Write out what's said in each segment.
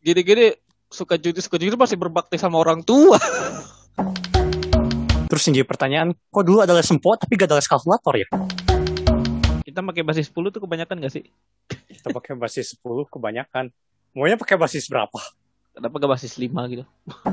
Gini-gini suka judi masih berbakti sama orang tua. Terus yang jadi pertanyaan, kok dulu ada les sempo tapi gak ada les kalkulator ya? Kita pakai basis 10 tuh kebanyakan gak sih? Kita pakai basis 10 kebanyakan. Maunya pakai basis berapa? Kenapa gak basis 5 gitu?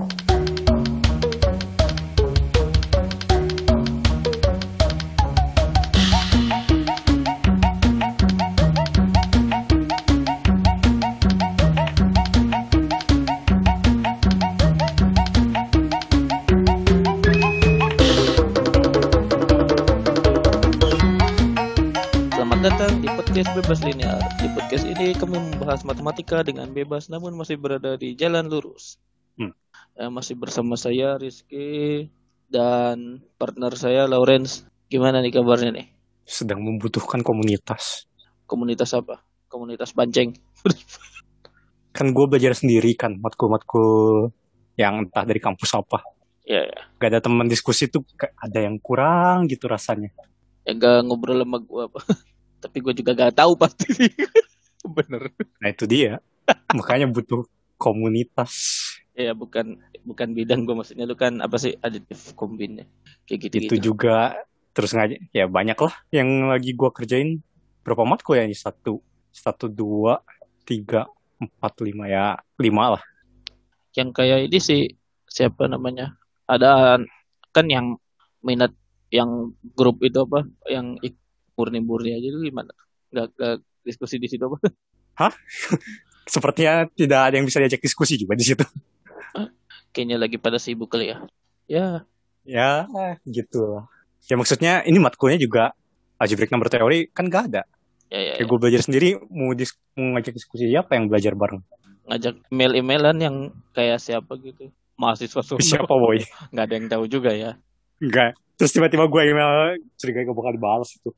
Selamat datang di podcast Bebas Linear. Di podcast ini kami membahas matematika dengan bebas namun masih berada di jalan lurus. Masih bersama saya Rizky dan partner saya Lawrence. Gimana nih kabarnya nih? Sedang membutuhkan komunitas. Komunitas apa? Komunitas banceng. Kan gue belajar sendiri kan, matkul-matkul yang entah dari kampus apa. Ya. Gak ada teman diskusi tuh, ada yang kurang gitu rasanya. Ya gak ngobrol sama gue apa. Tapi gue juga gak tahu pasti sih. Bener. Nah itu dia. Makanya butuh komunitas. Ya bukan bidang gue, maksudnya itu kan apa sih, aditif kombinnya. Kayak gitu. Itu juga terus ngajak. Ya banyak lah yang lagi gue kerjain. Berapa matkul ya ini? 1, 2, 3, 4, 5 ya. 5 lah. Yang kayak ini sih, siapa namanya? Ada kan yang minat yang grup itu apa? Yang murni-murni aja itu gimana? Gak diskusi di situ apa? Hah? Sepertinya tidak ada yang bisa diajak diskusi juga di situ. Kayaknya lagi pada sibuk kali ya. Ya, gitu lah. Ya maksudnya ini matkulnya juga algebraic number theory kan gak ada. Ya. Kayak gue belajar sendiri mau ngajak diskusi apa yang belajar bareng. Ngajak email-emailan yang kayak siapa gitu. Mahasiswa Sunda. Siapa boy? Gak ada yang tahu juga ya. Enggak. Terus tiba-tiba gue email curiga gak bakal dibalas itu.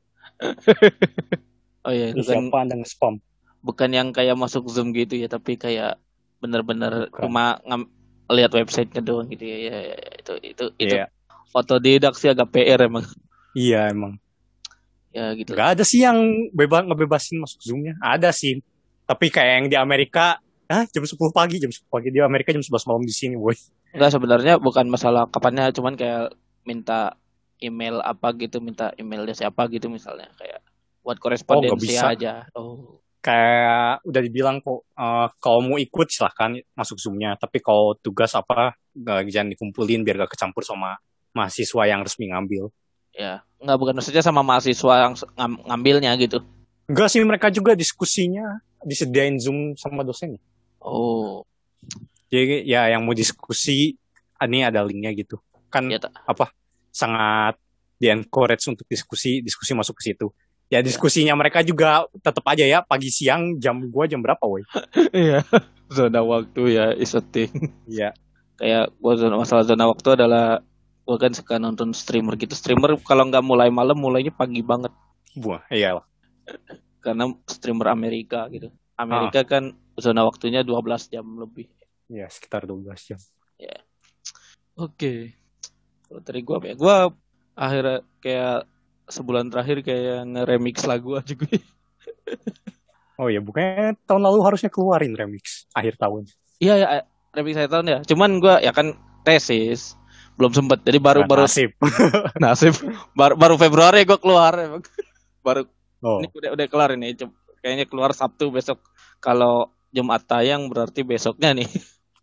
Oh iya, itu Siapa kan anda nge-spam? bukan yang kayak masuk Zoom gitu ya, tapi kayak bener-bener Bukan. cuma lihat websitenya doang gitu ya. Itu Iya. otodidak sih, agak PR emang. Iya emang. Ya gitu. Gak ada sih yang ngebebasin masuk Zoom-nya. Ada sih. Tapi kayak yang di Amerika, jam 10 pagi di Amerika, jam 11 malam di sini, boy. Enggak, sebenarnya bukan masalah kapannya, cuman kayak minta email apa gitu, minta emailnya siapa gitu misalnya, kayak buat korespondensi aja. Kayak udah dibilang kok, kalau mau ikut silahkan masuk Zoom-nya. Tapi kalau tugas apa, jangan dikumpulin biar gak kecampur sama mahasiswa yang resmi ngambil. Ya, enggak, bukan maksudnya sama mahasiswa yang ngambilnya gitu. Enggak sih, mereka juga diskusinya disediain Zoom sama dosennya. Oh. Jadi ya yang mau diskusi, ini ada linknya gitu. Kan Ya, sangat di-encourage untuk diskusi masuk ke situ. Ya diskusinya mereka juga tetap aja ya, pagi siang, jam berapa woy? Iya, zona waktu ya is a thing. Iya. Kayak masalah zona waktu adalah gue kan suka nonton streamer gitu. Streamer kalau nggak mulai malam, mulainya pagi banget. Iyalah. Karena streamer Amerika gitu. Amerika kan zona waktunya 12 jam lebih. Ya, sekitar 12 jam. Ya. Oke. Kalau dari gue apa ya? Gue akhirnya kayak sebulan terakhir kayak nge-remix lagu aja gue. Oh ya, bukannya tahun lalu harusnya keluarin remix akhir tahun. Iya ya, remix akhir tahun ya. Cuman gue ya kan tesis, belum sempet. Jadi baru nasib. Baru Februari gue keluar emang. Baru ini udah kelar ini. Kayaknya keluar Sabtu besok. Kalau Jumat tayang berarti besoknya nih.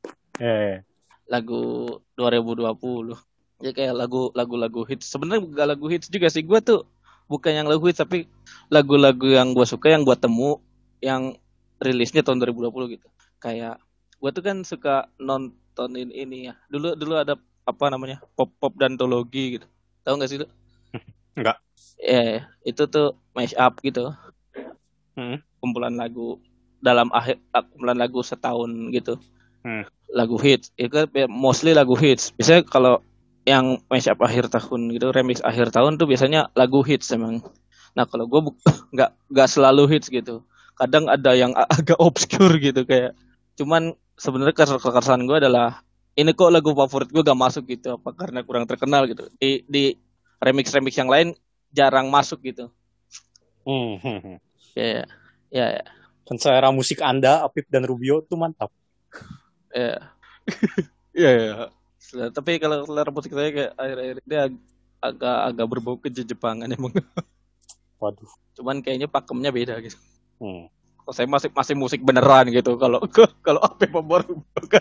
Lagu 2020. Ya kayak lagu hits. Sebenarnya bukan lagu hits juga sih. Gue tuh bukan yang lagu hits, tapi lagu-lagu yang gue suka, yang gue temu, yang rilisnya tahun 2020 gitu. Kayak gue tuh kan suka nontonin ini ya. Dulu ada apa namanya, pop dantologi gitu. Tahu nggak sih lu? Enggak. Itu tuh mash up gitu. Kumpulan lagu kumpulan lagu setahun gitu. Lagu hits. Itu kan mostly lagu hits. Biasanya kalau yang mash up akhir tahun gitu, remix akhir tahun tuh biasanya lagu hits emang. Nah kalau gue nggak selalu hits gitu. Kadang ada yang agak obscure gitu, kayak cuman sebenarnya keresahan gue adalah ini kok lagu favorit gue gak masuk gitu, apa karena kurang terkenal gitu. Di remix yang lain jarang masuk gitu. Ya. Dan selera musik Anda, Apip dan Rubio tuh mantap. Ya. Iya. Tapi kalau selera musik saya kayak akhir-akhir ini agak berbau kejepangan emang. Waduh. Cuman kayaknya pakemnya beda gitu. Kalau saya masih musik beneran gitu. Kalau apa baru kan.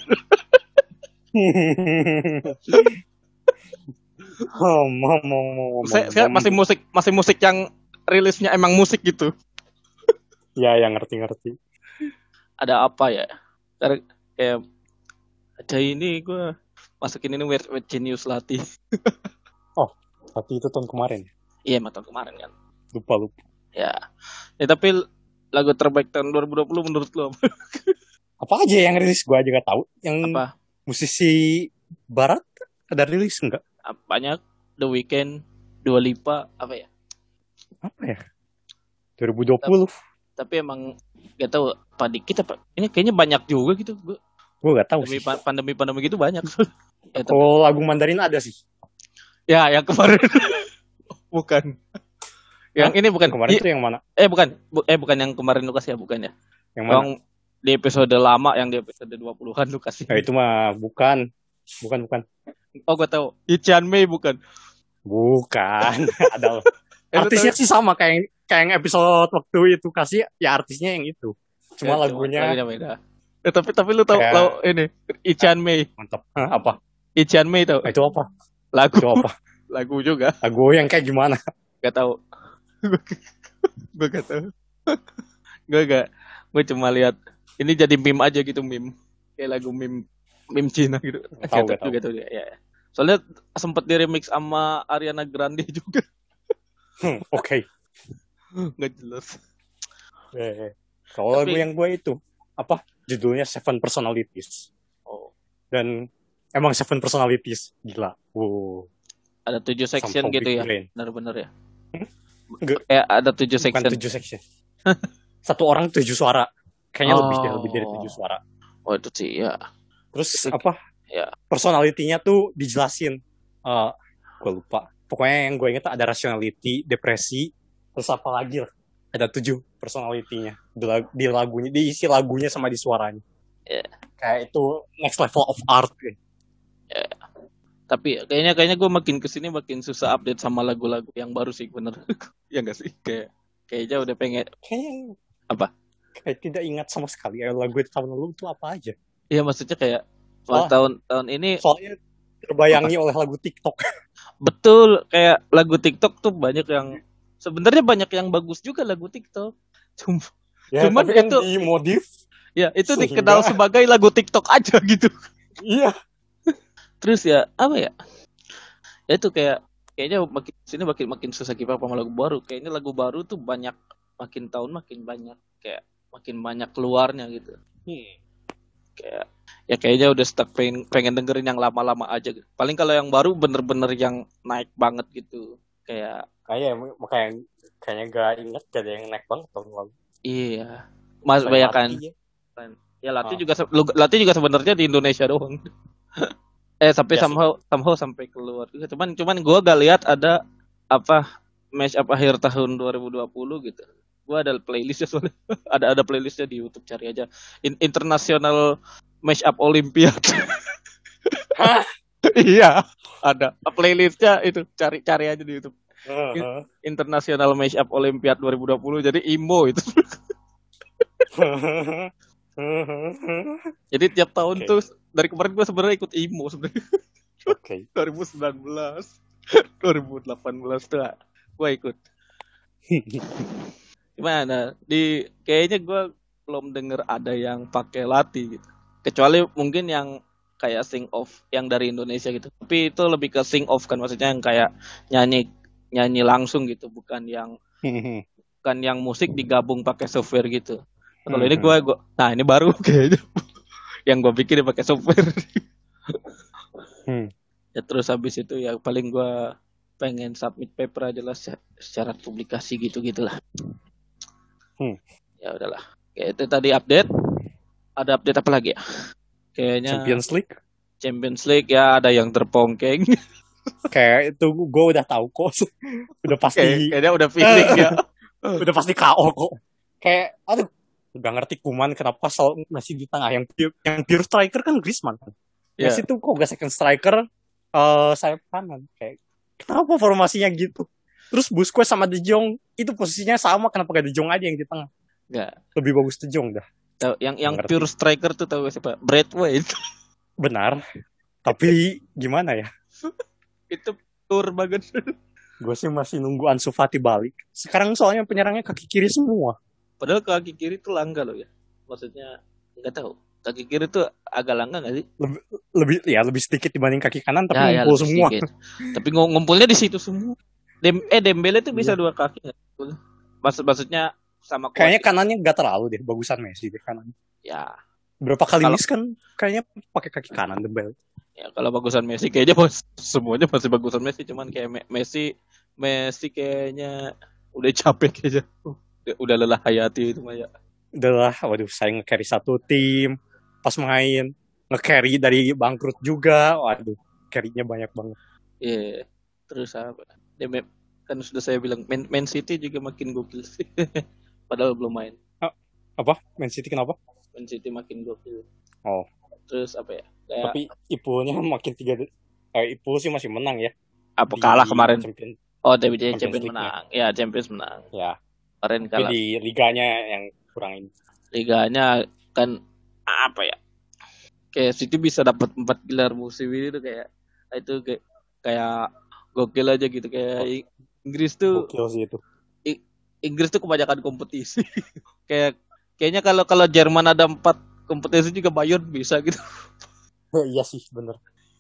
Saya masih musik yang rilisnya emang musik gitu. Ya, yang ngerti. Ada apa ya? Kayak ada ini gue masukin ini Weird Genius Lati. Oh, Lati itu tahun kemarin. Iya, tahun kemarin kan. Lupa. Ya, tapi lagu terbaik tahun 2020 menurut lo apa? Apa aja yang rilis? Gue aja gak tahu. Yang apa? Musisi barat ada rilis enggak? Banyak. The Weeknd, Dua Lipa, apa ya? 2020. Tapi emang gak tahu apa dikit apa. Ini kayaknya banyak juga gitu. Gue gak tahu sih. Pandemi gitu banyak. Kalau lagu Mandarin ada sih. Ya, yang kemarin. Bukan. Yang ini bukan. Kemarin itu yang mana? Bukan yang kemarin lu kasih ya, bukan ya. Yang mana? Yang di episode lama, yang di episode 20-an lu kasih. Itu mah bukan. Oh, gue tahu. Ichan Mei bukan. Bukan. Ada. Artisnya sih sama kayak yang episode waktu itu kasih, ya artisnya yang itu. Cuma lagunya beda. Tapi lu tahu ini Ichan Mei. Mantap. Apa? Ichan Mei tahu? Itu apa? Lagu. Itu apa? Lagu juga. Lagu yang kayak gimana? Gak tahu. Gue gak tahu. Gue cuma lihat ini jadi meme aja gitu, meme kayak lagu meme Cina gitu. Gak tahu ya. Soalnya sempat di remix sama Ariana Grande juga. Oke. Nggak jelas. Kalau lagu yang gue itu apa? Judulnya Seven Personalities. Oh. Dan emang Seven Personalities gila. Ada 7 section gitu ya. Benar-benar ya. Kayak ada 7 section. Bukan 7 section. Satu orang 7 suara. Kayaknya lebih dari 7 suara. Oh, itu sih ya. Terus apa? Ya. Personality-nya tuh dijelasin. Gue lupa. Pokoknya yang gue inget ada rationality, depresi, terus apa lagi lah. Ada 7 personality-nya di lagunya, diisi lagunya sama di suaranya. Yeah. Kayak itu next level of art. Yeah. Tapi kayaknya gue makin kesini makin susah update sama lagu-lagu yang baru sih, bener. Ya nggak sih? Kayaknya udah pengen. Kayaknya apa? Kayak tidak ingat sama sekali lagu tahun lalu itu apa aja. Iya, maksudnya kayak tahun ini. Soalnya terbayangi oleh lagu TikTok. Betul, kayak lagu TikTok tuh sebenarnya banyak yang bagus juga lagu TikTok. Cuman tapi kan itu dimodif. Ya, itu dikenal sebagai lagu TikTok aja gitu. Iya. Terus ya, apa ya? Ya itu kayaknya makin susah kita sama lagu baru. Kayaknya lagu baru tuh makin tahun makin banyak, kayak makin banyak keluarnya gitu. Kayaknya udah stuck pengen dengerin yang lama-lama aja gitu. Paling kalau yang baru bener-bener yang naik banget gitu. Kayaknya gak inget ada yang naik banget tahun lalu. Iya. Mas bayangkan. Ya Lati juga sebenarnya di Indonesia doang. Tapi somehow sampai keluar juga. Cuman gue gak lihat ada match up akhir tahun 2020 gitu. Gue ada playlistnya soalnya. ada playlistnya di YouTube, cari aja. International Match Up Olympiad. Iya, ada playlistnya itu, cari aja di YouTube. International Match Up Olympiad 2020. Jadi IMO itu. Jadi tiap tahun tuh dari kemarin gue sebenarnya ikut IMO sebenarnya. 2019, 2018 tuh gue ikut. Gimana? Kayaknya gue belum denger ada yang pakai Lati gitu. Kecuali mungkin yang kayak sing off yang dari Indonesia gitu. Tapi itu lebih ke sing off kan, maksudnya yang kayak nyanyi langsung gitu, bukan yang musik digabung pakai software gitu. Kalau ini ini baru kayaknya yang gue bikin pakai software. Ya terus habis itu ya paling gue pengen submit paper aja lah secara publikasi gitu-gitulah. Ya udahlah. Kayak itu tadi update. Ada update apa lagi ya? Kayaknya Champions League ya, ada yang terpongkeng. Kayak itu gue udah tahu kok. Udah pasti. Kayaknya udah feeling ya. Udah pasti KO kok. Kayak Gak ngerti Kuman kenapa selalu masih di tengah. Yang pure striker kan Griezmann kan. Messi tuh kok gak second striker sayap kanan. Kayak kenapa formasinya gitu? Terus Busquets sama De Jong itu posisinya sama, kenapa gak De Jong aja yang di tengah? Enggak. Lebih bagus De Jong dah. Yang pure striker tuh tahu siapa? Braithwaite. Benar. Tapi gimana ya? Itu pure banget. Gue sih masih nunggu Ansu Fati balik. Sekarang soalnya penyerangnya kaki kiri semua. Padahal kaki kiri tuh langka loh ya. Maksudnya nggak tahu. Kaki kiri tuh agak langka nggak sih? Lebih sedikit dibanding kaki kanan, tapi ngumpul semua. Sedikit. Tapi ngumpulnya di situ semua. Dembele tuh bisa dua kaki nggak? Maksudnya sama kuat. Kayaknya kanannya nggak terlalu deh, bagusan Messi deh kanan. Ya. Berapa kali miss kan kayaknya pakai kaki kanan Dembele. Ya kalau bagusan Messi kayaknya semuanya masih bagusan Messi, cuman kayak Messi kayaknya udah capek kayaknya. Udah lelah hayati itu mah ya. Udah lah, waduh, saya nge-carry satu tim pas main, nge-carry dari bangkrut juga, waduh, carry-nya banyak banget. Iya, terus apa? Kan sudah saya bilang Man City juga makin gokil sih. Padahal belum main. Apa? Man City kenapa? Man City makin gokil. Oh. Terus apa ya? Tapi Ipul-nya makin 3. Ipul sih masih menang ya. Apa kalah kemarin? Champions menang. Ya, Champions menang. Ya. Kemarin kalah. Di liganya yang kurang ini. Liganya kan apa ya? Kayak City bisa dapat 4 gelar musim ini tuh kayak gokil aja gitu, kayak Inggris tuh. Gokil sih itu. Inggris tuh kebanyakan kompetisi. Kayaknya kalau Jerman ada 4 kompetisi juga Bayern bisa gitu. Iya sih, bener.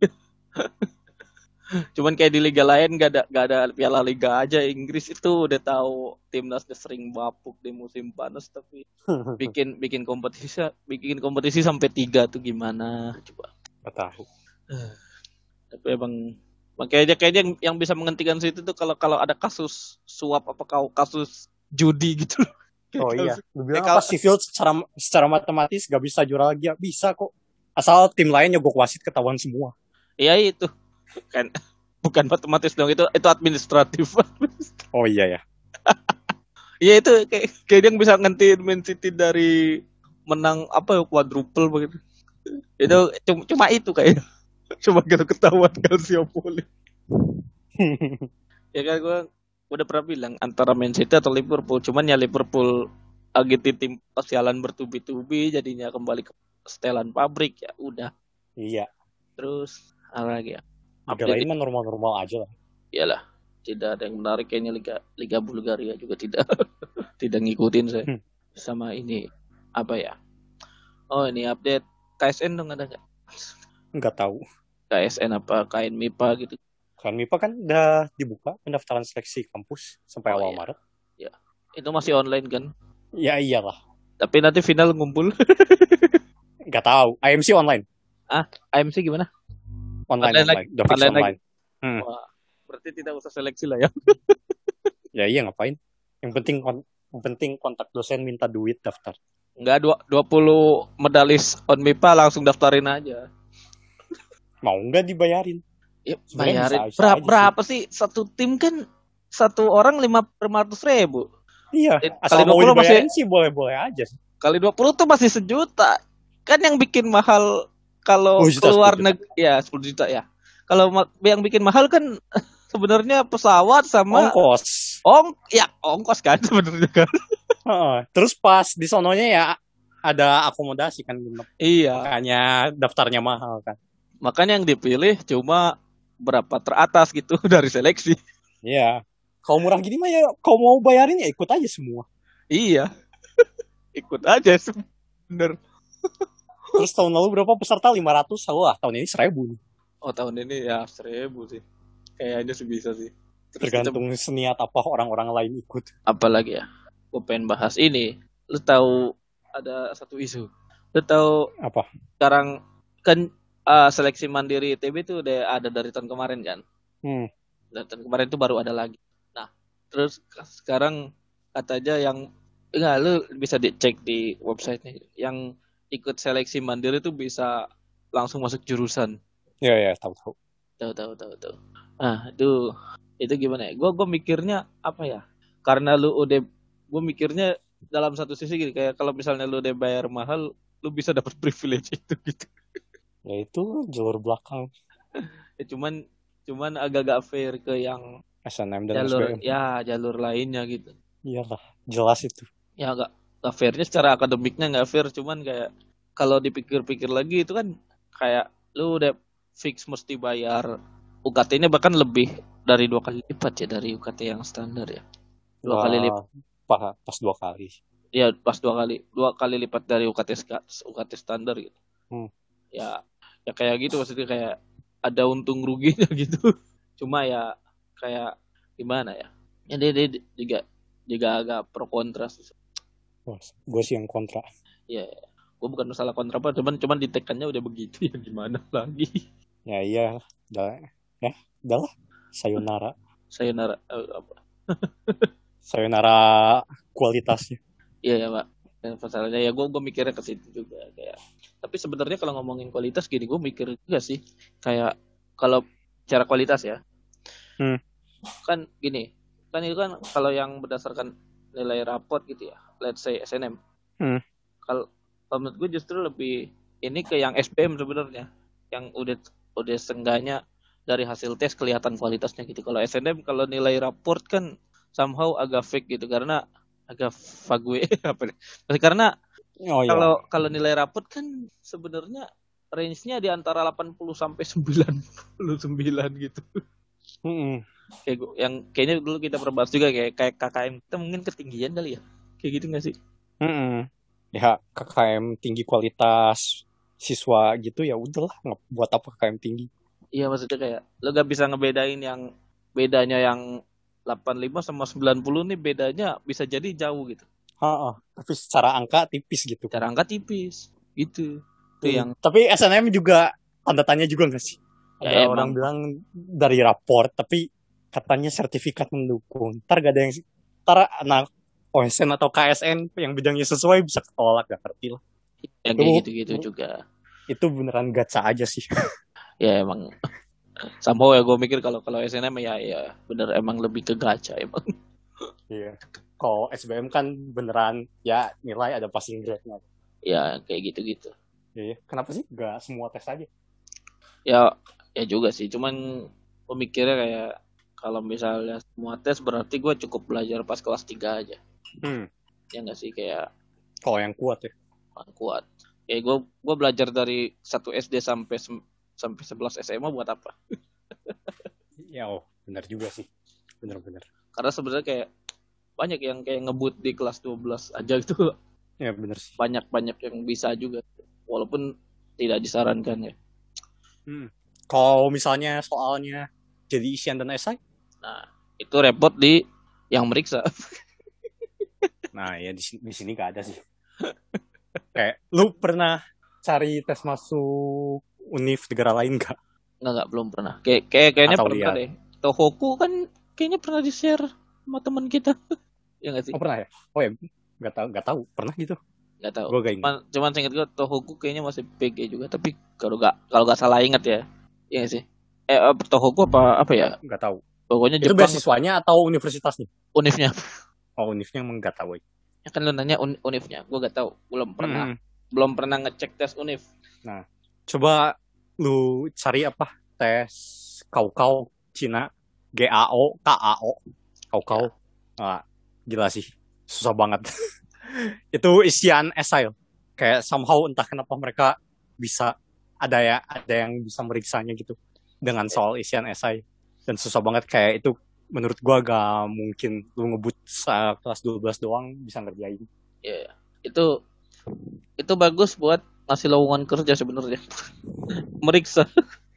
Cuman kayak di liga lain gak ada Piala Liga aja. Inggris itu udah tahu timnasnya sering bapuk di musim panas, tapi bikin kompetisi sampai 3 tuh gimana coba. Gak tahu. Tapi emang kayaknya yang bisa menghentikan situ tuh kalau ada kasus suap apa kasus judi gitu. Oh iya. Lu bilang apa Sheffield secara matematis gak bisa juara lagi? Ya, bisa kok. Asal tim lain nyogok wasit ketahuan semua. Iya itu. Kan bukan matematis dong, itu administratif. Oh iya ya. Iya itu kayak yang bisa ngentiin Man City dari menang quadruple begitu. Itu cuma itu kayak cuma gitu ketahuan Calciopoli. Ya kan gue udah pernah bilang antara Man City atau Liverpool, cuman ya Liverpool lagi tim pasialan bertubi-tubi jadinya kembali ke setelan pabrik, ya udah. Iya. Terus apa lagi ya? Liga lain mah normal-normal aja lah. Iyalah, tidak ada yang menarik kayaknya. Liga Bulgaria juga tidak ngikutin saya. Sama ini apa ya? Oh ini update KSN dong, ada nggak? Nggak tahu. KSN apa KN MIPA gitu? KN MIPA kan udah dibuka pendaftaran seleksi kampus sampai awal Maret. Ya, itu masih online kan? Ya iyalah. Tapi nanti final ngumpul. Nggak tahu. IMC online. IMC gimana? Online. Online. Wah, berarti tidak usah seleksi lah ya. Ya iya, ngapain? Yang penting kontak dosen, minta duit, daftar. Enggak, 20 medalis on MIPA langsung daftarin aja. Mau nggak dibayarin? Ya, bayarin. Berapa sih satu tim kan? Satu orang 500.000. Iya, asal mau dibayarin sih boleh-boleh aja. Kali 20 tuh masih 1 juta. Kan yang bikin mahal kalau keluar negeri ya 10 juta ya. Kalau yang bikin mahal kan sebenarnya pesawat sama ongkos. Ongkos kan sebenarnya kan. Terus pas di sononya ya ada akomodasi kan. Iya. Makanya daftarnya mahal kan. Makanya yang dipilih cuma berapa teratas gitu dari seleksi. Iya. Kalau murah gini mah ya kalau mau bayarin ya ikut aja semua. Iya. Ikut aja bener. Terus tahun lalu berapa peserta? 500. Wah, tahun ini 1.000 nih. Oh, tahun ini ya 1.000 sih. Kayaknya sih bisa sih. Tergantung seniat apa orang-orang lain ikut. Apalagi ya? Gue pengen bahas ini. Lu tahu ada satu isu. Lu tahu apa? Sekarang kan seleksi mandiri ITB itu udah ada dari tahun kemarin kan? Dan tahun kemarin itu baru ada lagi. Nah, terus sekarang katanya lu bisa dicek di website-nya, yang ikut seleksi mandiri itu bisa langsung masuk jurusan. Ya, tahu. Tahu. Ah, itu gimana ya? Gue mikirnya apa ya? Karena gue mikirnya dalam satu sisi gini, kayak kalau misalnya lu udah bayar mahal, lu bisa dapat privilege itu gitu. Ya itu jalur belakang Ya, cuman agak-agak fair ke yang SNM dan jalur SBM. ya jalur lainnya gitu. Iyalah, jelas itu. Ya nggak fairnya secara akademiknya nggak fair, cuman kayak kalau dipikir-pikir lagi itu kan kayak lu udah fix mesti bayar UKT-nya bahkan lebih dari 2 kali lipat ya dari UKT yang standar ya. 2 kali lipat. Pas 2 kali. Ya pas 2 kali lipat dari UKT standar gitu. Ya kayak gitu, maksudnya kayak ada untung ruginya gitu. Cuma ya kayak gimana ya? Ya dia juga agak pro kontra sih. Gue sih yang kontra. Ya, gue bukan masalah kontra apa, cuman ditekannya udah begitu ya gimana lagi. Ya iya, udah lah. Sayonara Apa? Sayonara kualitasnya. Iya ya Pak. Dan masalahnya ya gue mikirnya ke situ juga kayak. Tapi sebenarnya kalau ngomongin kualitas gini, gue mikir juga sih kayak kalau cara kualitas ya. Kan gini, kan itu kan kalau yang berdasarkan nilai raport gitu ya, let's say SNM. Kalau menurut gue justru lebih ini ke yang SBM sebenarnya, yang udah seenggaknya dari hasil tes kelihatan kualitasnya gitu. Kalau SNM kalau nilai raport kan somehow agak fake gitu karena agak vague apa nih? Karena kalau nilai raport kan sebenarnya range-nya di antara 80 sampai 99 gitu. Kayak yang kayaknya dulu kita pernah bahas juga kayak KKM kita mungkin ketinggian kali ya. Kayak gitu nggak sih? Ya KKM tinggi kualitas siswa gitu ya udahlah, buat apa KKM tinggi. Iya, maksudnya kayak lo gak bisa ngebedain yang bedanya yang 85 sama 90 nih, bedanya bisa jadi jauh gitu. Tapi secara angka tipis gitu. Secara angka tipis gitu. Itu yang. Tapi SNM juga tanda tanya juga nggak sih? Ya, ada orang bilang dari raport tapi katanya sertifikat mendukung. Ntar gak ada yang anak OSN atau KSN yang bidangnya sesuai bisa ketolak, gak ngerti lah. Yang kayak gitu-gitu juga. Itu beneran gacha aja sih. Ya emang somehow ya gue mikir kalau SNM ya bener emang lebih ke gacha emang. Iya. Kalau SBM kan beneran ya nilai ada passing grade-nya. Ya kayak gitu-gitu. Iya. Kenapa sih gak semua tes aja? Ya juga sih, cuman pemikirnya kayak kalau misalnya semua tes berarti gue cukup belajar pas kelas 3 aja. Ya nggak sih, kayak kalau yang kuat ya. Kuat. Kayak gue belajar dari 1 SD sampai 11 SMA buat apa? Ya benar juga sih. Benar-benar. Karena sebenarnya kayak banyak yang kayak ngebut di kelas 12 aja gitu. Ya benar sih. Banyak yang bisa juga. Walaupun tidak disarankan ya. Kalau misalnya soalnya jadi isian dan esai? Nah, itu repot di yang meriksa. Nah, ya di sini gak ada sih. Kayak lu pernah cari tes masuk univ negara lain gak? Enggak, belum pernah. Kayaknya pernah deh. Tohoku kan kayaknya pernah di-share sama teman kita. Ya nggak sih? Oh, pernah ya? Oh ya, nggak tahu. Pernah gitu? Nggak tahu. Gue gak ingat. Cuman ingat gue Tohoku kayaknya masih PG juga, tapi kalau nggak salah ingat ya. Iya nggak sih? Tohoku apa ya? Nggak tahu. Pokoknya itu Jepang. Beasiswanya atau universitasnya? Univnya. Oh, univnya emang nggak tahu. Ya kan lu nanya univnya, gue nggak tahu. Belum pernah ngecek tes univ. Nah, coba lu cari apa? Tes Kau Cina, GAO, KAO. Kau. Nah, gila sih. Susah banget. Itu isian esai. Kayak somehow entah kenapa mereka bisa ada yang bisa meriksanya gitu dengan soal isian esai. Dan susah banget, kayak itu menurut gua gak mungkin lu ngebut kelas 12 doang bisa ngerjain. Iya. Itu bagus buat ngasih lowongan kerja sebenarnya. Meriksa.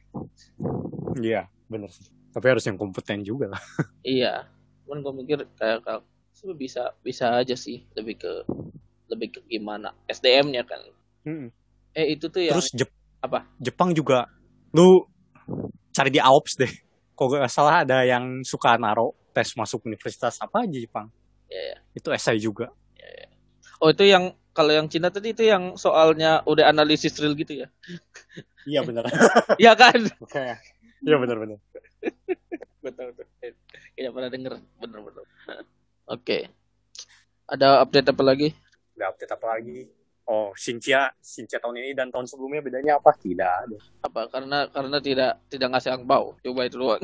Iya, bener sih. Tapi harus yang kompeten juga lah. Iya. Cuman gue mikir kayak bisa aja sih, lebih ke gimana SDM-nya kan. Itu tuh yang terus apa? Jepang juga lu cari di AOPS deh. Kok gak salah ada yang suka naro tes masuk universitas apa aja Jepang. Yeah. Itu esai juga. Yeah. Oh, itu yang kalau yang Cina tadi itu yang soalnya udah analisis real gitu ya? Iya benar. Iya kan? Iya benar. Betul. Tidak pernah denger. Bener. Oke. Ada update apa lagi? Udah update apa lagi? Oh, Shincha tahun ini dan tahun sebelumnya bedanya apa? Tidak ada. Apa? Karena tidak ngasih angpau. Coba itu doang.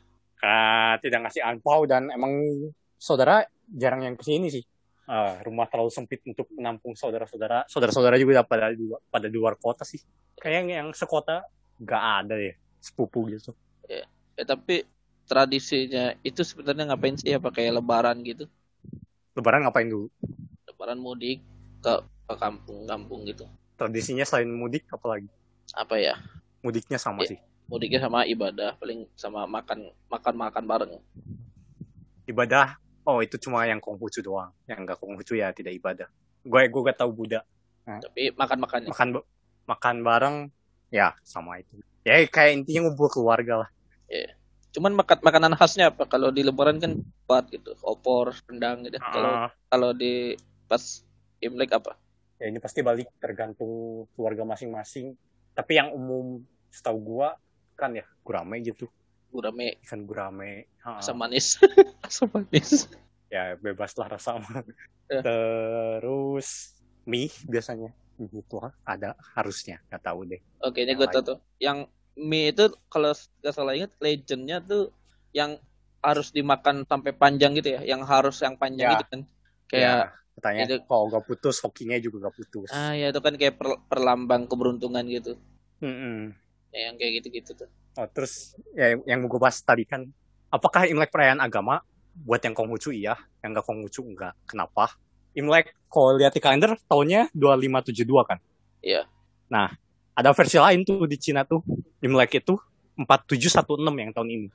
Tidak ngasih angpau dan emang saudara jarang yang kesini sih. Rumah terlalu sempit untuk menampung saudara-saudara. Saudara-saudara juga pada di luar kota sih. Kayak yang sekota nggak ada ya sepupu gitu. Ya, tapi tradisinya itu sebenarnya ngapain sih ya pakai lebaran gitu? Lebaran ngapain dulu? Lebaran mudik ke kampung-kampung gitu. Tradisinya selain mudik apalagi? Apa ya? Mudiknya sama ya, sih. Mudiknya sama ibadah, paling sama makan bareng. Ibadah, oh itu cuma yang Konghucu doang. Yang nggak Konghucu ya tidak ibadah. Gue gak tahu Buddha. Nah, tapi makan makan bareng ya sama itu. Ya kayak intinya ngumpul keluarga lah. Ya. Cuman makanan khasnya apa? Kalau di lebaran kan buat gitu, opor, rendang gitu. Kalau di pas Imlek apa? Ya ini pasti balik tergantung keluarga masing-masing. Tapi yang umum setahu gua kan ya gurame gitu. Gurame. Ikan gurame. Asam manis. Asam manis. Ya bebas lah rasa. Ya. Terus mie biasanya. Itu ada harusnya. Gak tahu deh. Oke, ini gue tahu tuh. Yang mie itu kalau gak salah ingat legendnya tuh yang harus dimakan sampai panjang gitu ya. Yang harus yang panjang gitu kan. Kayak katanya itu, kalau gak putus hokinya juga gak putus. Ya itu kan kayak perlambang keberuntungan gitu. Ya, yang kayak gitu-gitu tuh. Oh, terus ya yang gue bahas tadi kan, apakah Imlek perayaan agama? Buat yang Konghucu iya, yang gak Konghucu enggak. Kenapa? Imlek kalau lihat di kalender tahunnya 2572 kan? Iya. Nah, ada versi lain tuh di Cina tuh. Imlek itu 4716 yang tahun ini.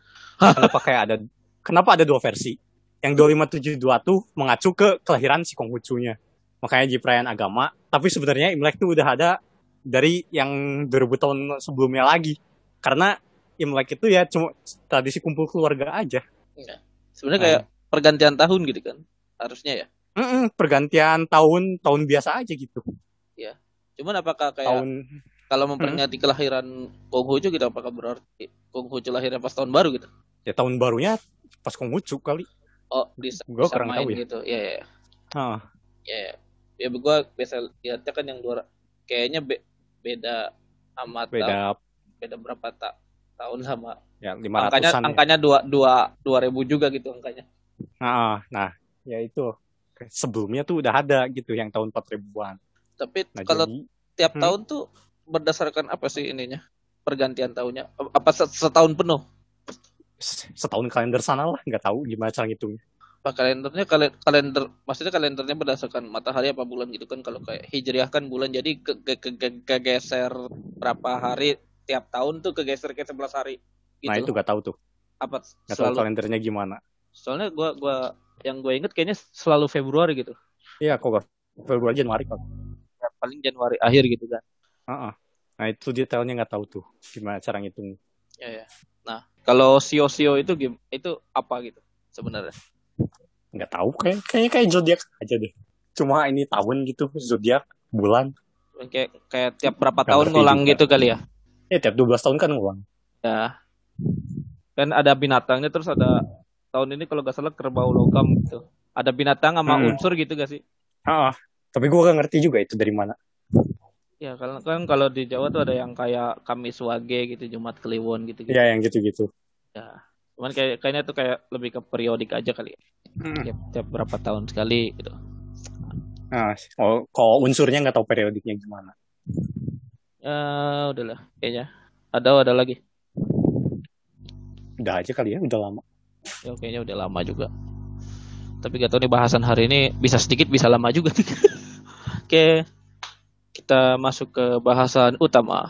Kenapa ada dua versi? Yang 2572 tuh mengacu ke kelahiran si Konghucunya. Makanya di perayaan agama. Tapi sebenarnya Imlek tuh udah ada dari yang 2000 tahun sebelumnya lagi. Karena Imlek itu ya cuma tradisi kumpul keluarga aja. Ya. Sebenarnya kayak pergantian tahun gitu kan. Harusnya ya. Pergantian tahun biasa aja gitu. Ya. Cuman apakah kayak kalau memperingati kelahiran Konghucu gitu, apakah berarti Konghucu lahirnya pas tahun baru gitu? Ya tahun barunya pas Konghucu kali. Oh, gue kurang tahu ya. Gitu. Ya. Ya, gue biasa lihatnya kan yang kayaknya beda amat. Beda berapa tahun sama. Ya 500-an. Angkanya 2000 juga gitu angkanya. Nah, ya itu. Sebelumnya tuh udah ada gitu yang tahun 4000-an. Tapi kalau tiap tahun tuh berdasarkan apa sih ininya? Pergantian tahunnya apa setahun penuh? Setahun kalender sana lah, nggak tahu gimana cara ngitungnya. Pak kalendernya maksudnya kalendernya berdasarkan matahari apa bulan gitu kan. Kalau kayak hijriah kan bulan, jadi kegeser berapa hari tiap tahun tuh kegeser ke 11 hari gitu. Nah itu nggak tahu tuh apa nggak tahu kalendernya gimana. Soalnya gua yang gue inget kayaknya selalu Februari gitu. Iya, kok gak Februari Januari kok. Ya, paling Januari akhir gitu kan. Nah itu detailnya nggak tahu tuh gimana cara ngitung. Ya. Nah kalau sio itu apa gitu sebenarnya? Nggak tahu, kayak zodiak aja deh. Cuma ini tahun gitu, zodiak bulan. Kayak tiap berapa tahun ngulang gitu kali ya? Ya tiap 12 tahun kan ngulang. Ya. Kan ada binatangnya, terus ada tahun ini kalau nggak salah kerbau logam gitu. Ada binatang sama unsur gitu gak sih? Tapi gue gak ngerti juga itu dari mana. Ya kan kalau di Jawa tuh ada yang kayak Kamis Wage gitu, Jumat Kliwon gitu. Iya yang gitu-gitu. Ya. Cuman kayaknya tuh kayak lebih ke periodik aja kali ya. Tiap berapa tahun sekali gitu. Kalau unsurnya nggak tahu periodiknya gimana. Udahlah kayaknya. Ada lagi. Udah aja kali ya, udah lama. Ya kayaknya udah lama juga. Tapi gak tahu nih bahasan hari ini bisa sedikit bisa lama juga. Oke. Kita masuk ke bahasan utama.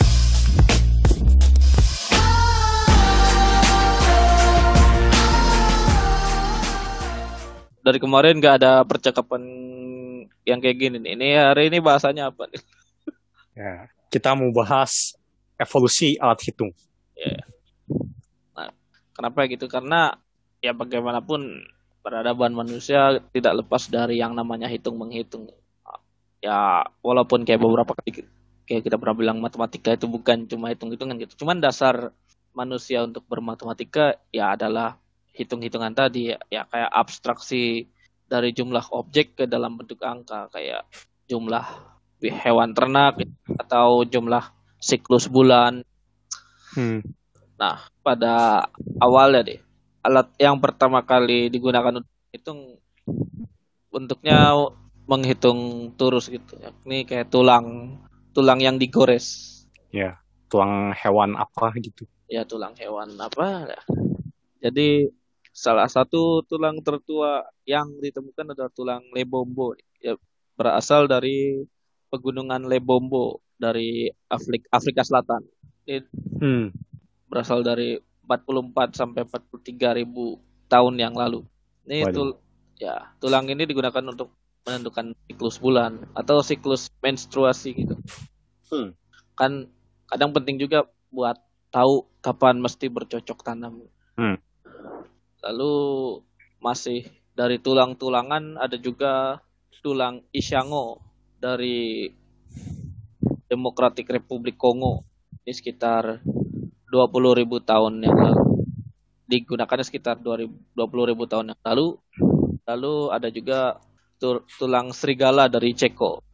Dari kemarin gak ada percakapan yang kayak gini nih. Ini hari ini bahasanya apa nih? Ya, kita mau bahas evolusi alat hitung. Ya. Nah, kenapa gitu? Karena ya bagaimanapun peradaban manusia tidak lepas dari yang namanya hitung-menghitung. Ya walaupun kayak beberapa kali kayak kita pernah bilang matematika itu bukan cuma hitung-hitungan gitu. Cuman dasar manusia untuk bermatematika ya adalah hitung-hitungan tadi ya kayak abstraksi dari jumlah objek ke dalam bentuk angka, kayak jumlah hewan ternak atau jumlah siklus bulan. Nah, pada awalnya deh, alat yang pertama kali digunakan untuk menghitung bentuknya menghitung turus gitu. Ini kayak tulang yang digores. Ya, tulang hewan apa gitu. Ya, tulang hewan apa ya. Jadi salah satu tulang tertua yang ditemukan adalah tulang Lebombo. Ya, berasal dari pegunungan Lebombo dari Afrika Selatan. Ini berasal dari 44 sampai 43 ribu tahun yang lalu. Ini tulang ini digunakan untuk menentukan siklus bulan atau siklus menstruasi gitu. Kan kadang penting juga buat tahu kapan mesti bercocok tanam. Lalu masih dari tulang-tulangan ada juga tulang Ishango dari Demokratik Republik Kongo. Ini sekitar 20.000 tahun yang lalu. Digunakan sekitar 20.000 tahun yang lalu. Lalu ada juga tulang serigala dari Ceko.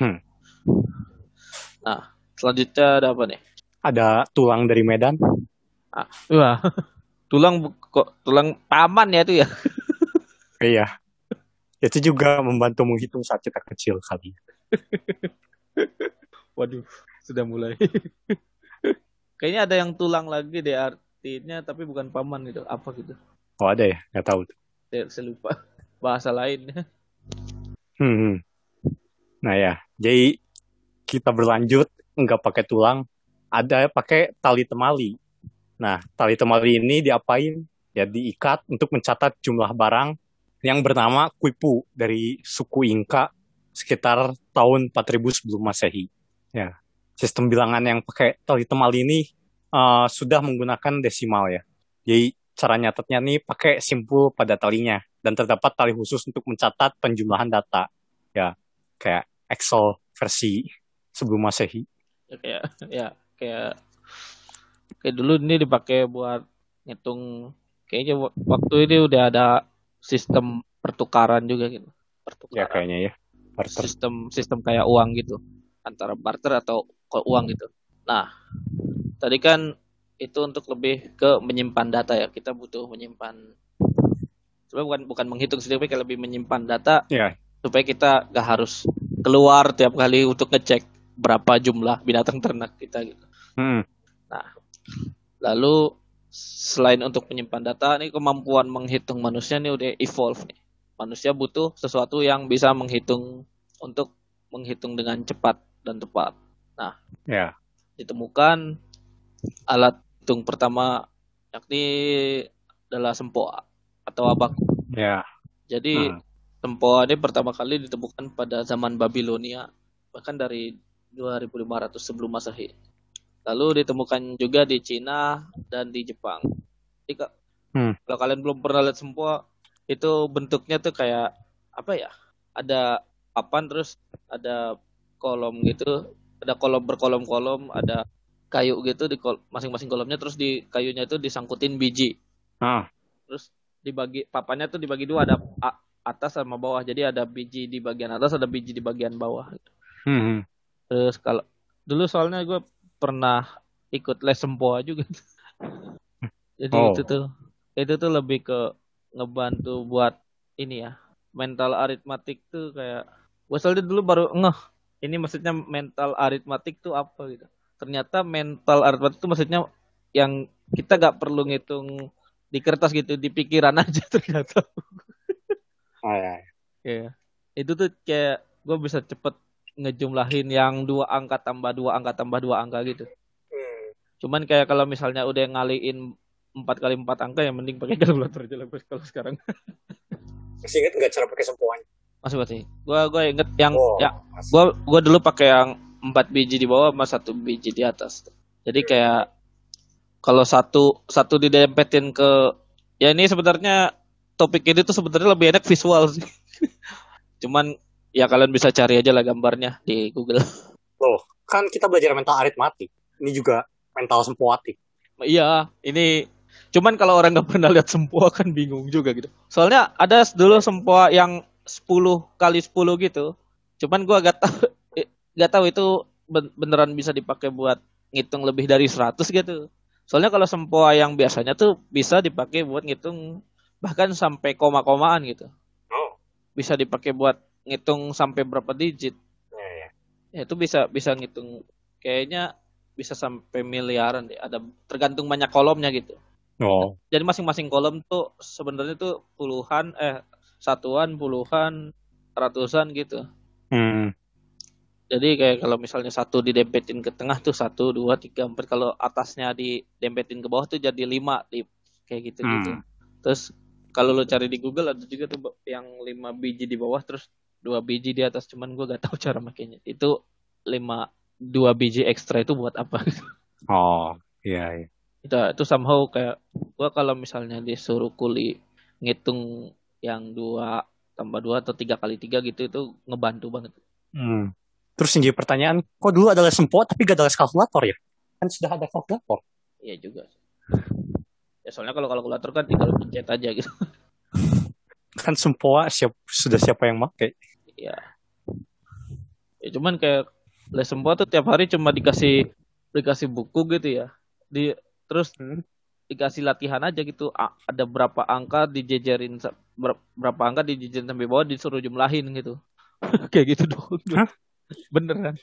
Nah, selanjutnya ada apa nih? Ada tulang dari Medan. Wah. Tulang paman ya itu ya. Iya. Itu juga membantu menghitung saat kita kecil kali. Waduh, sudah mulai. Kayaknya ada yang tulang lagi deh artinya, tapi bukan paman gitu. Apa gitu? Oh ada ya? Nggak tahu. Saya lupa. Bahasa lain. Nah ya, jadi kita berlanjut nggak pakai tulang, ada pakai tali temali. Nah, tali temali ini diapain? Ya diikat untuk mencatat jumlah barang yang bernama Quipu dari suku Inka sekitar tahun 4000 sebelum Masehi. Ya, sistem bilangan yang pakai tali temali ini sudah menggunakan desimal ya. Jadi cara nyatetnya nih pakai simpul pada talinya dan terdapat tali khusus untuk mencatat penjumlahan data. Ya, kayak Excel versi sebelum Masehi. Kayak dulu ini dipakai buat ngitung, kayaknya waktu ini udah ada sistem pertukaran juga gitu. Ya kayaknya ya. Barter. Sistem kayak uang gitu, antara barter atau uang gitu. Nah, tadi kan itu untuk lebih ke menyimpan data ya. Kita butuh menyimpan. Sebenarnya bukan menghitung sendiri, tapi lebih menyimpan data. Ya. Supaya kita gak harus keluar tiap kali untuk ngecek berapa jumlah binatang ternak kita gitu. Nah, lalu selain untuk menyimpan data, nih kemampuan menghitung manusia nih udah evolve nih. Manusia butuh sesuatu yang bisa menghitung dengan cepat dan tepat. Nah, ditemukan alat hitung pertama yakni adalah sempoa atau abaku. Jadi sempoa ini pertama kali ditemukan pada zaman Babilonia, bahkan dari 2500 sebelum Masehi. Lalu ditemukan juga di Cina dan di Jepang. Jadi kalau kalian belum pernah lihat sempoa, itu bentuknya tuh kayak apa ya? Ada papan terus ada kolom gitu, ada kolom berkolom-kolom, ada kayu gitu di masing-masing kolomnya, terus di kayunya itu disangkutin biji. Terus papannya tuh dibagi dua, ada atas sama bawah. Jadi ada biji di bagian atas, ada biji di bagian bawah. Terus kalau dulu soalnya gue pernah ikut les sempoa juga. Jadi itu tuh lebih ke ngebantu buat ini ya, mental aritmatik tuh kayak gue soalnya dulu baru ini maksudnya mental aritmatik tuh apa gitu. Ternyata mental aritmatik tuh maksudnya yang kita gak perlu ngitung di kertas gitu, di pikiran aja ternyata. Ya. Itu tuh kayak gue bisa cepet ngejumlahin yang 2 angka tambah 2 angka tambah 2 angka gitu. Cuman kayak kalau misalnya udah ngaliin 4 kali 4 angka, ya mending pakai kalkulator aja lah kalau sekarang. Masih inget nggak cara pakai sempoanya? Masih. Gue inget yang gue dulu pakai yang 4 biji di bawah sama 1 biji di atas. Jadi kayak kalau satu didempetin ke, ya ini sebenarnya topik ini tuh sebenarnya lebih enak visual sih. Cuman ya kalian bisa cari aja lah gambarnya di Google. Loh, kan kita belajar mental aritmatik. Ini juga mental sempoatik. Iya, ini cuman kalau orang nggak pernah lihat sempoa kan bingung juga gitu. Soalnya ada dulu sempoa yang 10 kali 10 gitu. Cuman gua gak tahu itu beneran bisa dipakai buat ngitung lebih dari 100 gitu. Soalnya kalau sempoa yang biasanya tuh bisa dipakai buat ngitung bahkan sampai koma-komaan gitu. Oh. Bisa dipakai buat ngitung sampai berapa digit. Ya. Ya itu bisa ngitung kayaknya bisa sampai miliaran deh. Ada tergantung banyak kolomnya gitu. Oh. Jadi masing-masing kolom tuh sebenarnya tuh puluhan satuan, puluhan, ratusan gitu. Jadi kayak kalau misalnya satu didempetin ke tengah tuh 1, 2, 3, 4. Kalau atasnya didempetin ke bawah tuh jadi 5 kayak gitu. Terus kalau lo cari di Google ada juga tuh yang 5 biji di bawah terus 2 biji di atas. Cuman gue gak tahu cara makainya. Itu 2 biji ekstra itu buat apa? Oh, iya. Itu somehow kayak gue kalau misalnya disuruh ngitung yang 2 tambah 2 atau 3 kali 3 gitu itu ngebantu banget. Terus yang jadi pertanyaan, kok dulu ada les sempoa tapi gak ada les kalkulator ya? Kan sudah ada kalkulator. Iya juga. Ya soalnya kalau kalkulator kan tinggal pencet aja gitu. Kan sempoa sudah siapa yang pakai? Iya. Ya cuman kayak les sempoa tuh tiap hari cuma dikasih buku gitu ya. Terus dikasih latihan aja gitu. Ada berapa angka dijejerin berapa angka dijejerin sampai bawah disuruh jumlahin gitu. Kayak gitu dong. Beneran.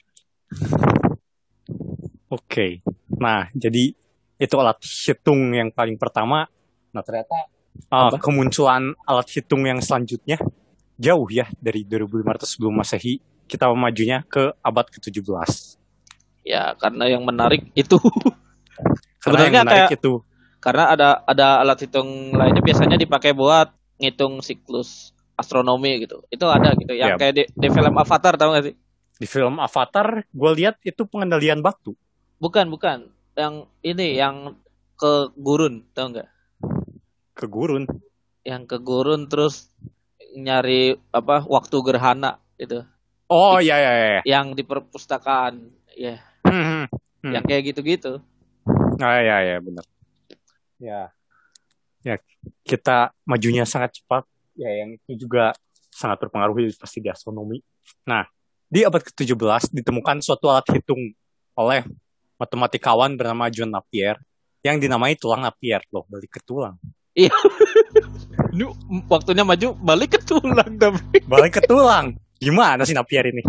Oke. Nah, jadi itu alat hitung yang paling pertama. Nah, ternyata kemunculan alat hitung yang selanjutnya jauh ya dari 2500 sebelum Masehi. Kita majunya ke abad ke-17. Ya, karena yang menarik itu. Sebenarnya kayak itu. Karena ada alat hitung lainnya biasanya dipakai buat ngitung siklus astronomi gitu. Itu ada gitu. Yang kayak di film Avatar, tahu gak sih? Di film Avatar, gue lihat itu pengendalian waktu. Bukan. Yang ini, yang ke gurun, tahu nggak? Ke gurun? Yang ke gurun terus nyari waktu gerhana itu. Oh iya. Yang di perpustakaan, ya. Yang kayak gitu-gitu. Iya benar. Ya kita majunya sangat cepat. Ya yang itu juga sangat berpengaruh pasti di astronomi. Nah, di abad ke-17 ditemukan suatu alat hitung oleh matematikawan bernama John Napier yang dinamai tulang Napier. Loh, balik ke tulang. Iya. Ini waktunya maju balik ke tulang tapi. Balik ke tulang. Gimana sih Napier ini?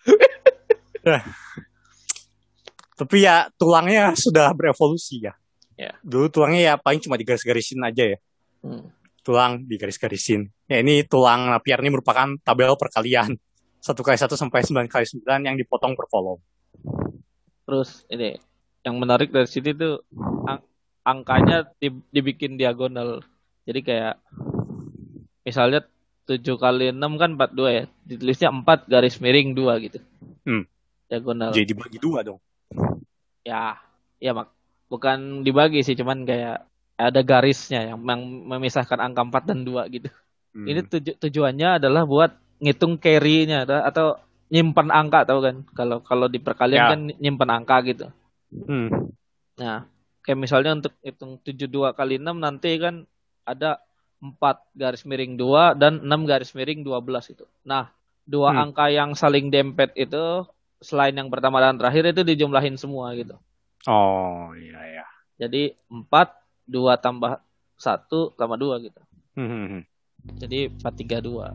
Tapi ya tulangnya sudah berevolusi ya. Dulu tulangnya ya paling cuma digaris-garisin aja ya. Tulang digaris-garisin. Ya ini tulang Napier ini merupakan tabel perkalian 1x1 sampai 9x9 yang dipotong per kolom. Terus ini yang menarik dari sini tuh angkanya dibikin diagonal. Jadi kayak misalnya 7 kali 6 kan 42 ya. Ditulisnya 4 garis miring 2 gitu. Diagonal. Jadi dibagi 2 dong. Ya bukan dibagi sih, cuman kayak ada garisnya yang memisahkan angka 4 dan 2 gitu. Ini tujuannya adalah buat ngitung carry-nya atau nyimpan angka, tahu kan? Kalau di perkalian kan nyimpan angka gitu. Nah, kayak misalnya untuk hitung 72 kali 6 nanti kan ada 4 garis miring 2 dan 6 garis miring 12 itu. Nah, 2 angka yang saling dempet itu selain yang pertama dan terakhir itu dijumlahin semua gitu. Oh, iya. Jadi 4, 2 tambah 1 tambah 2 gitu. Jadi 432.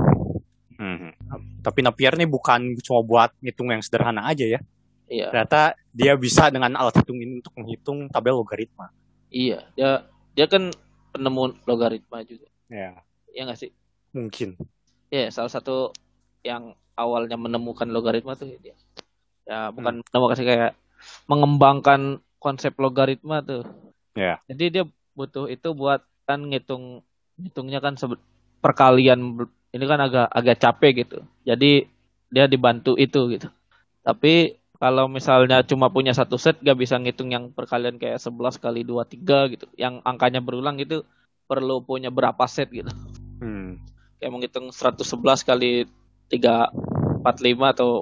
Tapi Napier ini bukan cuma buat ngitung yang sederhana aja ya. Iya. Ternyata dia bisa dengan alat hitung ini untuk menghitung tabel logaritma. Iya, dia kan penemu logaritma juga. Iya. Iya nggak sih? Mungkin. Iya, salah satu yang awalnya menemukan logaritma tuh dia. Ya bukan menemukan sih, kayak mengembangkan konsep logaritma tuh. Iya. Jadi dia butuh itu buat kan ngitungnya kan perkalian ini kan agak capek gitu. Jadi dia dibantu itu gitu. Tapi kalau misalnya cuma punya satu set gak bisa ngitung yang perkalian kayak 11 kali 2, 3 gitu. Yang angkanya berulang itu perlu punya berapa set gitu. Kayak menghitung 111 kali 3, 4, 5 atau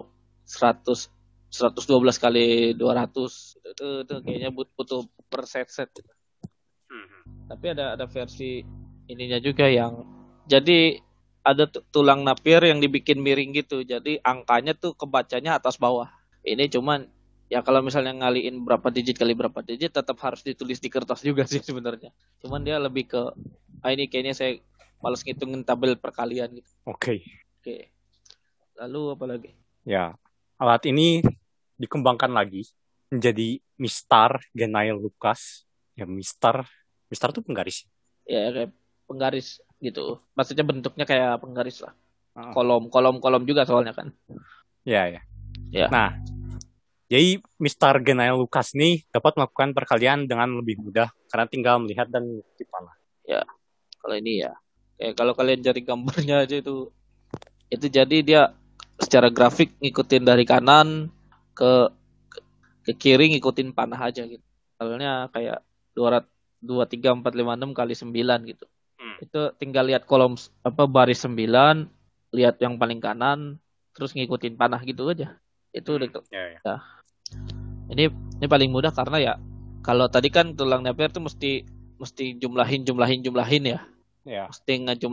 112 kali 200 itu kayaknya butuh per set gitu. Tapi ada versi ininya juga yang jadi ada tulang napir yang dibikin miring gitu. Jadi angkanya tuh kebacanya atas bawah. Ini cuman ya kalau misalnya ngaliin berapa digit kali berapa digit tetap harus ditulis di kertas juga sih sebenarnya. Cuman dia lebih ke ini kayaknya saya malas ngitungin tabel perkalian gitu. Oke. Lalu apa lagi? Ya, alat ini dikembangkan lagi menjadi Mistar Genail Lucas. Ya, Mistar tuh penggaris. Ya kayak penggaris gitu. Maksudnya bentuknya kayak penggaris lah. Kolom juga soalnya kan. Ya. Nah, jadi Mistar Genail Lucas ini dapat melakukan perkalian dengan lebih mudah karena tinggal melihat dan mengikuti panah. Ya, kalau ini ya. Kayak kalau kalian cari gambarnya aja itu jadi dia secara grafik ngikutin dari kanan ke kiri ngikutin panah aja gitu. Soalnya kayak 2, 3, 4, 5, 6 kali 9 gitu. Itu tinggal lihat kolom baris 9, lihat yang paling kanan, terus ngikutin panah gitu aja. Itu udah ya. Ini paling mudah karena ya kalau tadi kan tulang napir tuh mesti jumlahin ya. Mesti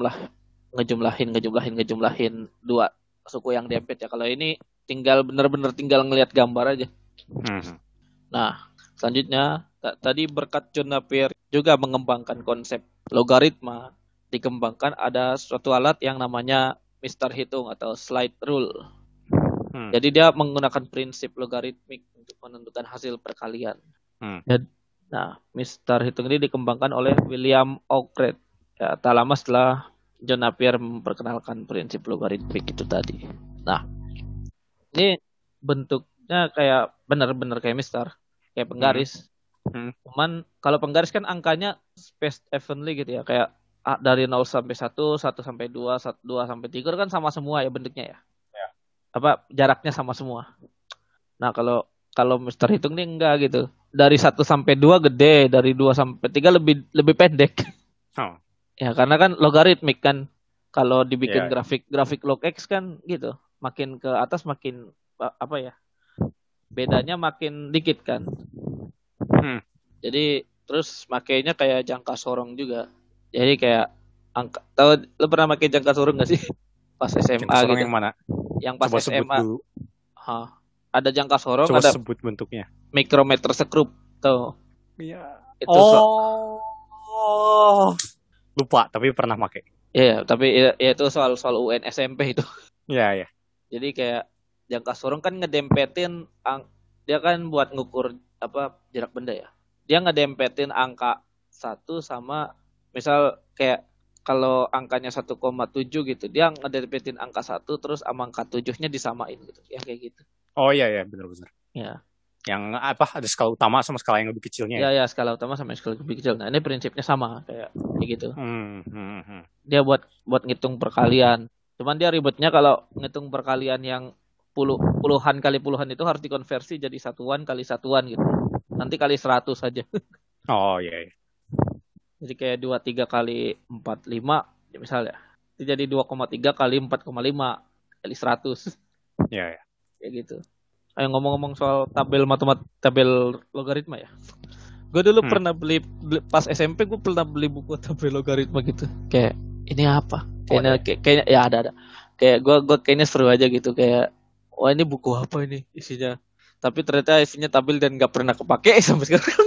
ngejumlahin dua suku yang dempet ya. Kalau ini benar-benar tinggal ngelihat gambar aja. Nah, selanjutnya tadi berkat John Napier juga mengembangkan konsep logaritma, dikembangkan ada suatu alat yang namanya Mister Hitung atau slide rule. Jadi dia menggunakan prinsip logaritmik untuk menentukan hasil perkalian. Nah, Mister Hitung ini dikembangkan oleh William Oughtred. Ya, tak lama setelah John Napier memperkenalkan prinsip logaritmik itu tadi. Nah, ini bentuknya kayak benar-benar kayak Mister, kayak penggaris. Cuman kalau penggaris kan angkanya spaced evenly gitu ya, kayak dari 0 sampai 1, 1 sampai 2, 2 sampai 3 kan sama semua ya bentuknya ya. Jaraknya sama semua. Nah, kalau Mister Hitung nih enggak gitu. Dari 1 sampai 2 gede, dari 2 sampai 3 lebih pendek. Ya, karena kan logaritmik kan. Kalau dibikin grafik log X kan gitu. Makin ke atas makin bedanya makin dikit kan. Jadi terus makainya kayak jangka sorong juga. Jadi kayak lo pernah pakai jangka sorong enggak sih? Pas SMA jangka sorong gitu. Yang mana? Yang pas Coba SMA. Ada jangka sorong, coba ada sebut bentuknya. Micrometer skrup tuh. Iya. Itu lupa tapi pernah pakai. Iya, tapi ya itu soal UN SMP itu. Iya. Jadi kayak jangka sorong kan ngedempetin dia kan buat ngukur jarak benda ya. Dia ngedempetin angka 1 sama misal kayak kalau angkanya 1,7 gitu, dia ngedempetin angka 1 terus sama angka 7-nya disamain gitu. Ya kayak gitu. Oh iya benar-benar. Ya. Yang ada skala utama sama skala yang lebih kecilnya. Ya, skala utama sama skala lebih kecil. Nah, ini prinsipnya sama kayak gitu. Dia buat ngitung perkalian. Cuman dia ribetnya kalau ngitung perkalian yang puluhan kali puluhan itu harus dikonversi jadi satuan kali satuan gitu. Nanti kali 100 saja. Oh iya. Jadi kayak 23 kali 45 ya misalnya. Itu jadi 2,3 kali 4,5 kali 100. Iya. Kayak gitu. Ayo ngomong-ngomong soal tabel logaritma ya. Gue dulu pernah beli pas SMP gue pernah beli buku tabel logaritma gitu. Kayak ini apa? Kayaknya ya ada. Kayak gue kayaknya seru aja gitu kayak wah ini buku apa ini isinya. Tapi ternyata isinya tabel dan gak pernah kepake sampai sekarang.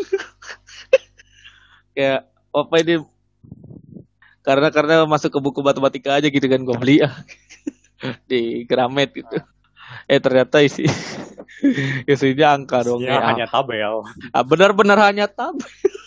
Kayak apa ini? Karena masuk ke buku matematika aja gitu kan gue beli di Gramet gitu. Ternyata isinya angka dong. Ya, hanya tabel. Benar-benar hanya tabel.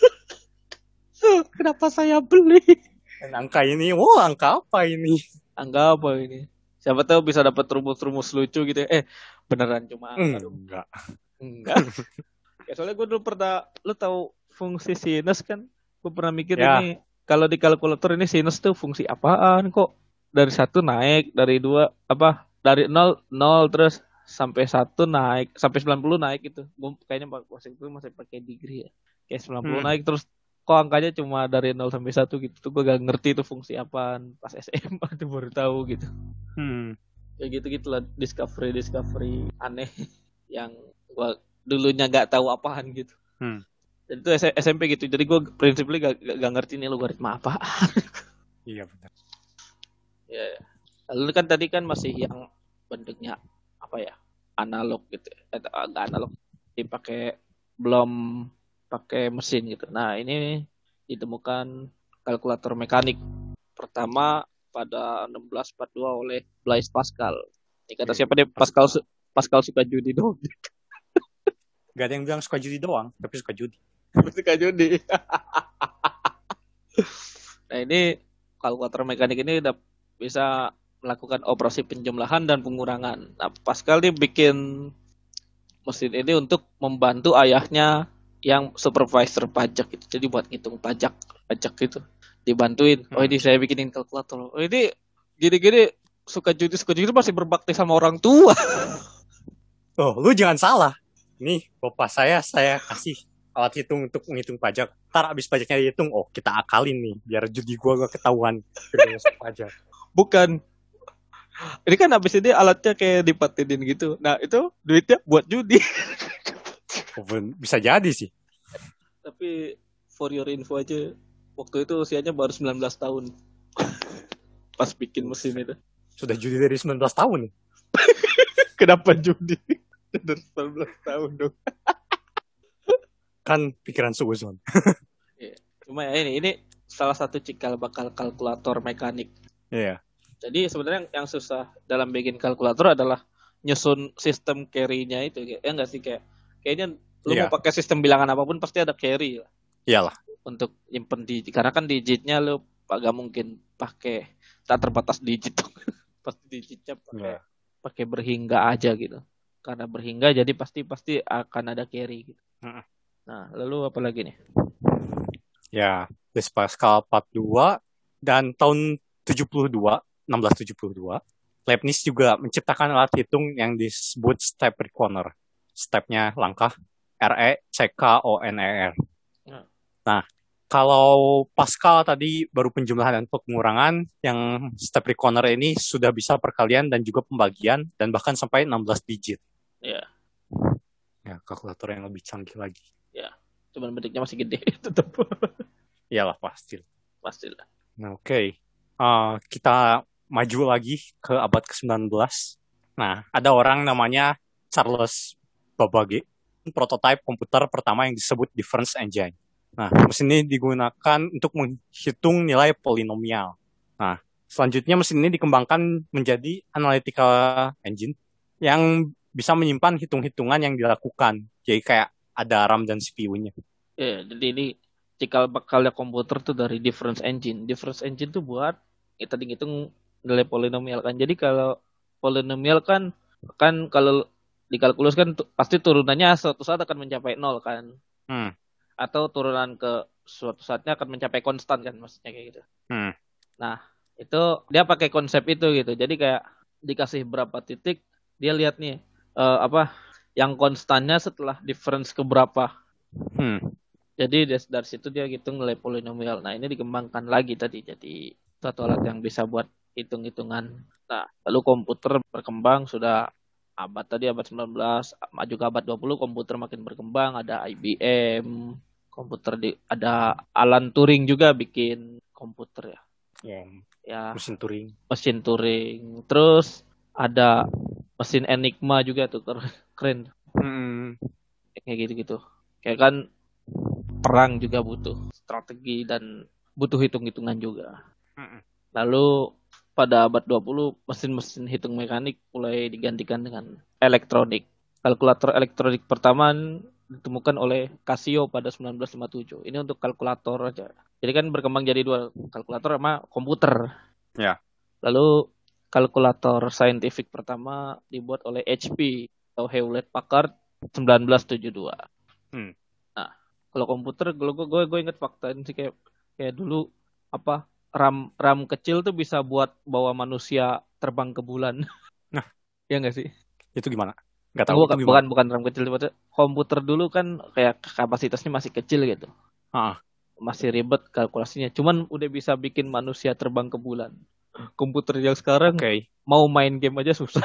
Kenapa saya beli? Dan angka ini, angka apa ini? Angka apa ini? Siapa tahu bisa dapat rumus-rumus lucu gitu. Beneran cuma angka dong. Enggak. Ya, soalnya gue dulu pernah, lo tahu fungsi sinus kan? Gue pernah mikir ini kalau di kalkulator ini sinus tuh fungsi apaan kok? Dari 1 naik, dari 2 dari 0 terus sampai 1 naik, sampai 90 naik gitu. Gue kayaknya waktu itu masih pakai degree ya. Kayak 90 naik terus kok angkanya cuma dari 0 sampai 1 gitu. Tuh gue gak ngerti itu fungsi apaan. Pas SMA tuh baru tahu gitu. Kayak gitu-gitulah discovery aneh yang gue dulunya gak tahu apaan gitu. Jadi itu SMP gitu. Jadi gue prinsipnya gak ngerti nih logaritma apa. Iya benar. Ya. Lalu kan tadi kan masih yang bentuknya apa ya? Analog gitu. Agak analog dipakai belum pakai mesin gitu. Nah, ini ditemukan kalkulator mekanik pertama pada 1642 oleh Blaise Pascal. Ini kata siapa deh? Pascal suka judi dong. Gak ada yang bilang suka judi doang, tapi suka judi. Suka judi. Nah, ini kalkulator mekanik ini udah bisa melakukan operasi penjumlahan dan pengurangan. Nah, Pascal nih bikin mesin ini untuk membantu ayahnya yang supervisor pajak itu. Jadi buat ngitung pajak gitu. Dibantuin. Oh, ini saya bikinin kalkulator. Oh, ini gini-gini suka judi masih berbakti sama orang tua. Oh, lu jangan salah. Nih, bapak saya kasih alat hitung untuk menghitung pajak. Ntar abis pajaknya dihitung, oh kita akalin nih, biar judi gua gak ketahuan pajak. Bukan. Ini kan abis ini alatnya kayak dipatinin gitu. Nah, itu duitnya buat judi. Bisa jadi sih. Tapi for your info aja, waktu itu usianya baru 19 tahun. Pas bikin mesin itu. Sudah judi dari 19 tahun nih. Kenapa judi? Dari 19 tahun dong. Kan pikiran suzon. Cuma ya ini salah satu cikal bakal kalkulator mekanik. Iya. Jadi sebenarnya yang susah dalam bikin kalkulator adalah nyusun sistem carry-nya itu. Ya enggak sih, kayaknya lu mau pakai sistem bilangan apapun pasti ada carry lah. Iyalah. Untuk nyimpen digit. Karena kan digitnya lu gak mungkin pakai tak terbatas digit. Pasti digitnya pakai berhingga aja gitu. Karena berhingga jadi pasti akan ada carry gitu. Nah, lalu apa lagi nih? Ya, Blaise Pascal 42 dan tahun 1672, Leibniz juga menciptakan alat hitung yang disebut step reckoner. Stepnya langkah RECKONER. Nah, kalau Pascal tadi baru penjumlahan dan pengurangan, yang step reckoner ini sudah bisa perkalian dan juga pembagian dan bahkan sampai 16 digit. Ya. Ya, kalkulator yang lebih canggih lagi. Ya, cuman bentuknya masih gede tetap. Iyalah, pastilah. Nah, oke. Kita maju lagi ke abad ke-19. Nah, ada orang namanya Charles Babbage, prototipe komputer pertama yang disebut difference engine. Nah, mesin ini digunakan untuk menghitung nilai polinomial. Nah, selanjutnya mesin ini dikembangkan menjadi analytical engine yang bisa menyimpan hitung-hitungan yang dilakukan. Jadi kayak ada RAM dan CPU-nya. Ya, jadi ini cikal bakalnya komputer tuh dari difference engine. Difference engine tuh buat kita ngitung nilai polinomial kan. Jadi kalau polinomial kan kalau dikalkulus kan pasti turunannya suatu saat akan mencapai 0 kan. Atau turunan ke suatu saatnya akan mencapai konstan kan, maksudnya kayak gitu. Nah, itu dia pakai konsep itu gitu. Jadi kayak dikasih berapa titik, dia lihat nih yang konstannya setelah difference ke berapa. Jadi dari situ dia hitung nilai polinomial. Nah, ini dikembangkan lagi tadi jadi satu alat yang bisa buat hitung-hitungan. Nah, lalu komputer berkembang sudah abad 19, maju ke abad 20 komputer makin berkembang, ada IBM, ada Alan Turing juga bikin komputer ya. Ya. Mesin Turing. Terus ada mesin Enigma juga tuh keren. Kayak gitu-gitu. Kayak kan perang juga butuh strategi dan butuh hitung-hitungan juga. Lalu pada abad 20 mesin-mesin hitung mekanik mulai digantikan dengan elektronik. Kalkulator elektronik pertama ditemukan oleh Casio pada 1957. Ini untuk kalkulator aja. Jadi kan berkembang jadi dua, kalkulator sama komputer. Ya. Lalu kalkulator saintifik pertama dibuat oleh HP atau Hewlett Packard 1972. Nah, kalau komputer, gue inget fakta ini sih kayak dulu RAM kecil tuh bisa buat bawa manusia terbang ke bulan. Nah, ya nggak sih? Itu gimana? Nggak tahu. Bukan RAM kecil, komputer dulu kan kayak kapasitasnya masih kecil gitu. Masih ribet kalkulasinya. Cuman udah bisa bikin manusia terbang ke bulan. Komputer yang sekarang mau main game aja susah.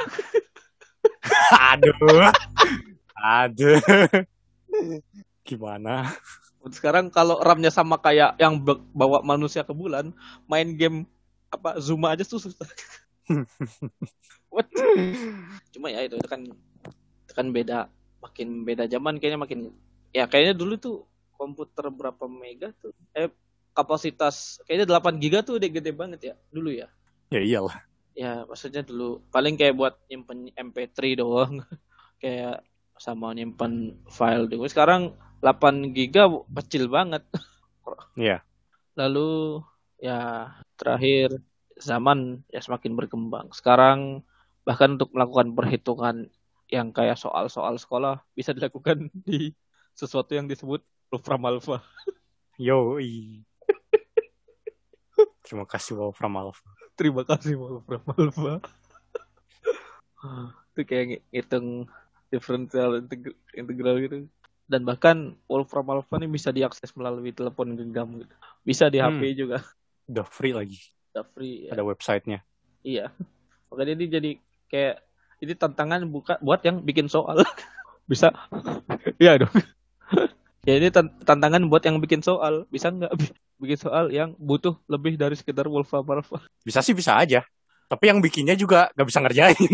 Aduh. Gimana? Sekarang kalau RAM-nya sama kayak yang bawa manusia ke bulan, main game apa Zuma aja tuh susah. What? Cuma ya itu kan beda, makin beda zaman kayaknya makin ya kayaknya dulu tuh komputer berapa mega tuh kapasitas kayaknya 8 giga tuh udah gede banget ya dulu ya. Ya iyalah. Ya maksudnya dulu paling kayak buat nyimpen MP3 doang kayak sama nyimpen file dulu. Sekarang 8 giga kecil banget. Iya. Lalu ya terakhir zaman ya semakin berkembang. Sekarang bahkan untuk melakukan perhitungan yang kayak soal-soal sekolah bisa dilakukan di sesuatu yang disebut Wolfram Alpha. Yoi. Terima kasih Wolfram Alpha. Terima kasih Wolfram Alpha. Itu kayak ngitung differential integral gitu. Dan bahkan Wolfram Alpha ini bisa diakses melalui telepon genggam gitu. Bisa di HP juga. Udah free lagi. Udah free ya. Ada websitenya. Iya. Makanya ini jadi kayak ini tantangan buat yang bikin soal. Bisa. Iya dong. Ya ini tantangan buat yang bikin soal. Bisa nggak bikin soal yang butuh lebih dari sekedar Wolfram Alpha? Bisa sih bisa aja. Tapi yang bikinnya juga nggak bisa ngerjain.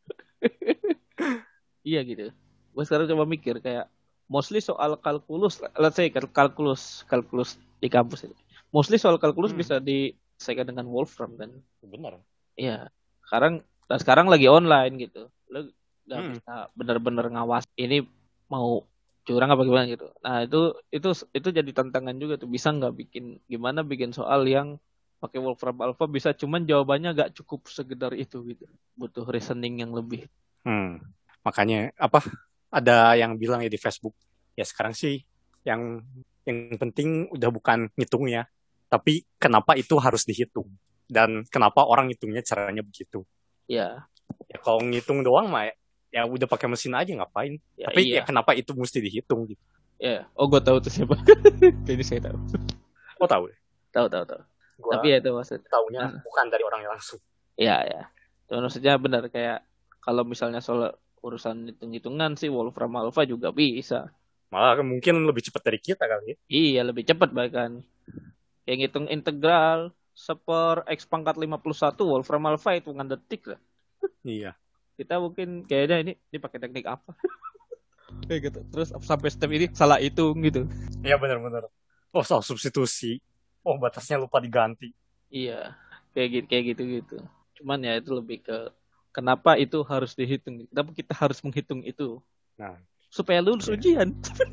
Iya gitu. Gue sekarang coba mikir kayak mostly soal kalkulus, let's say kalkulus di kampus itu. Mostly soal kalkulus bisa diselesaikan dengan Wolfram kan. Benar. Iya. Sekarang lagi online gitu. Lo nggak bisa benar-benar ngawas ini mau curang apa gimana gitu. Nah itu jadi tantangan juga tuh. Bisa nggak gimana bikin soal yang pakai Wolfram Alpha bisa, cuman jawabannya nggak cukup segedar itu gitu. Butuh reasoning yang lebih. Makanya ada yang bilang ya di Facebook, ya sekarang sih yang penting udah bukan ngitungnya, tapi kenapa itu harus dihitung dan kenapa orang ngitungnya caranya begitu. Ya kalau ngitung doang mah ya udah pakai mesin aja ngapain. Ya, tapi ya kenapa itu mesti dihitung gitu. Ya, gue tahu tuh siapa. Jadi saya tahu. Oh tahu. Tahu. Tapi ya itu maksud. Taunya bukan dari orangnya langsung. Iya. Cuma maksudnya benar kayak kalau misalnya soal urusan hitung-hitungan sih Wolfram Alpha juga bisa. Malah mungkin lebih cepat dari kita kali ya. Iya, lebih cepat bahkan. Kayak ngitung integral seper X pangkat 51 Wolfram Alpha hitungan detik lah. Iya. Kita mungkin kayaknya ini pakai teknik apa? Gitu. Terus sampai step ini salah hitung gitu. Iya benar. Oh salah substitusi. Oh batasnya lupa diganti. Iya. Kayak gitu. Cuman ya itu lebih ke kenapa itu harus dihitung? Kenapa kita harus menghitung itu? Nah, supaya lulus ujian.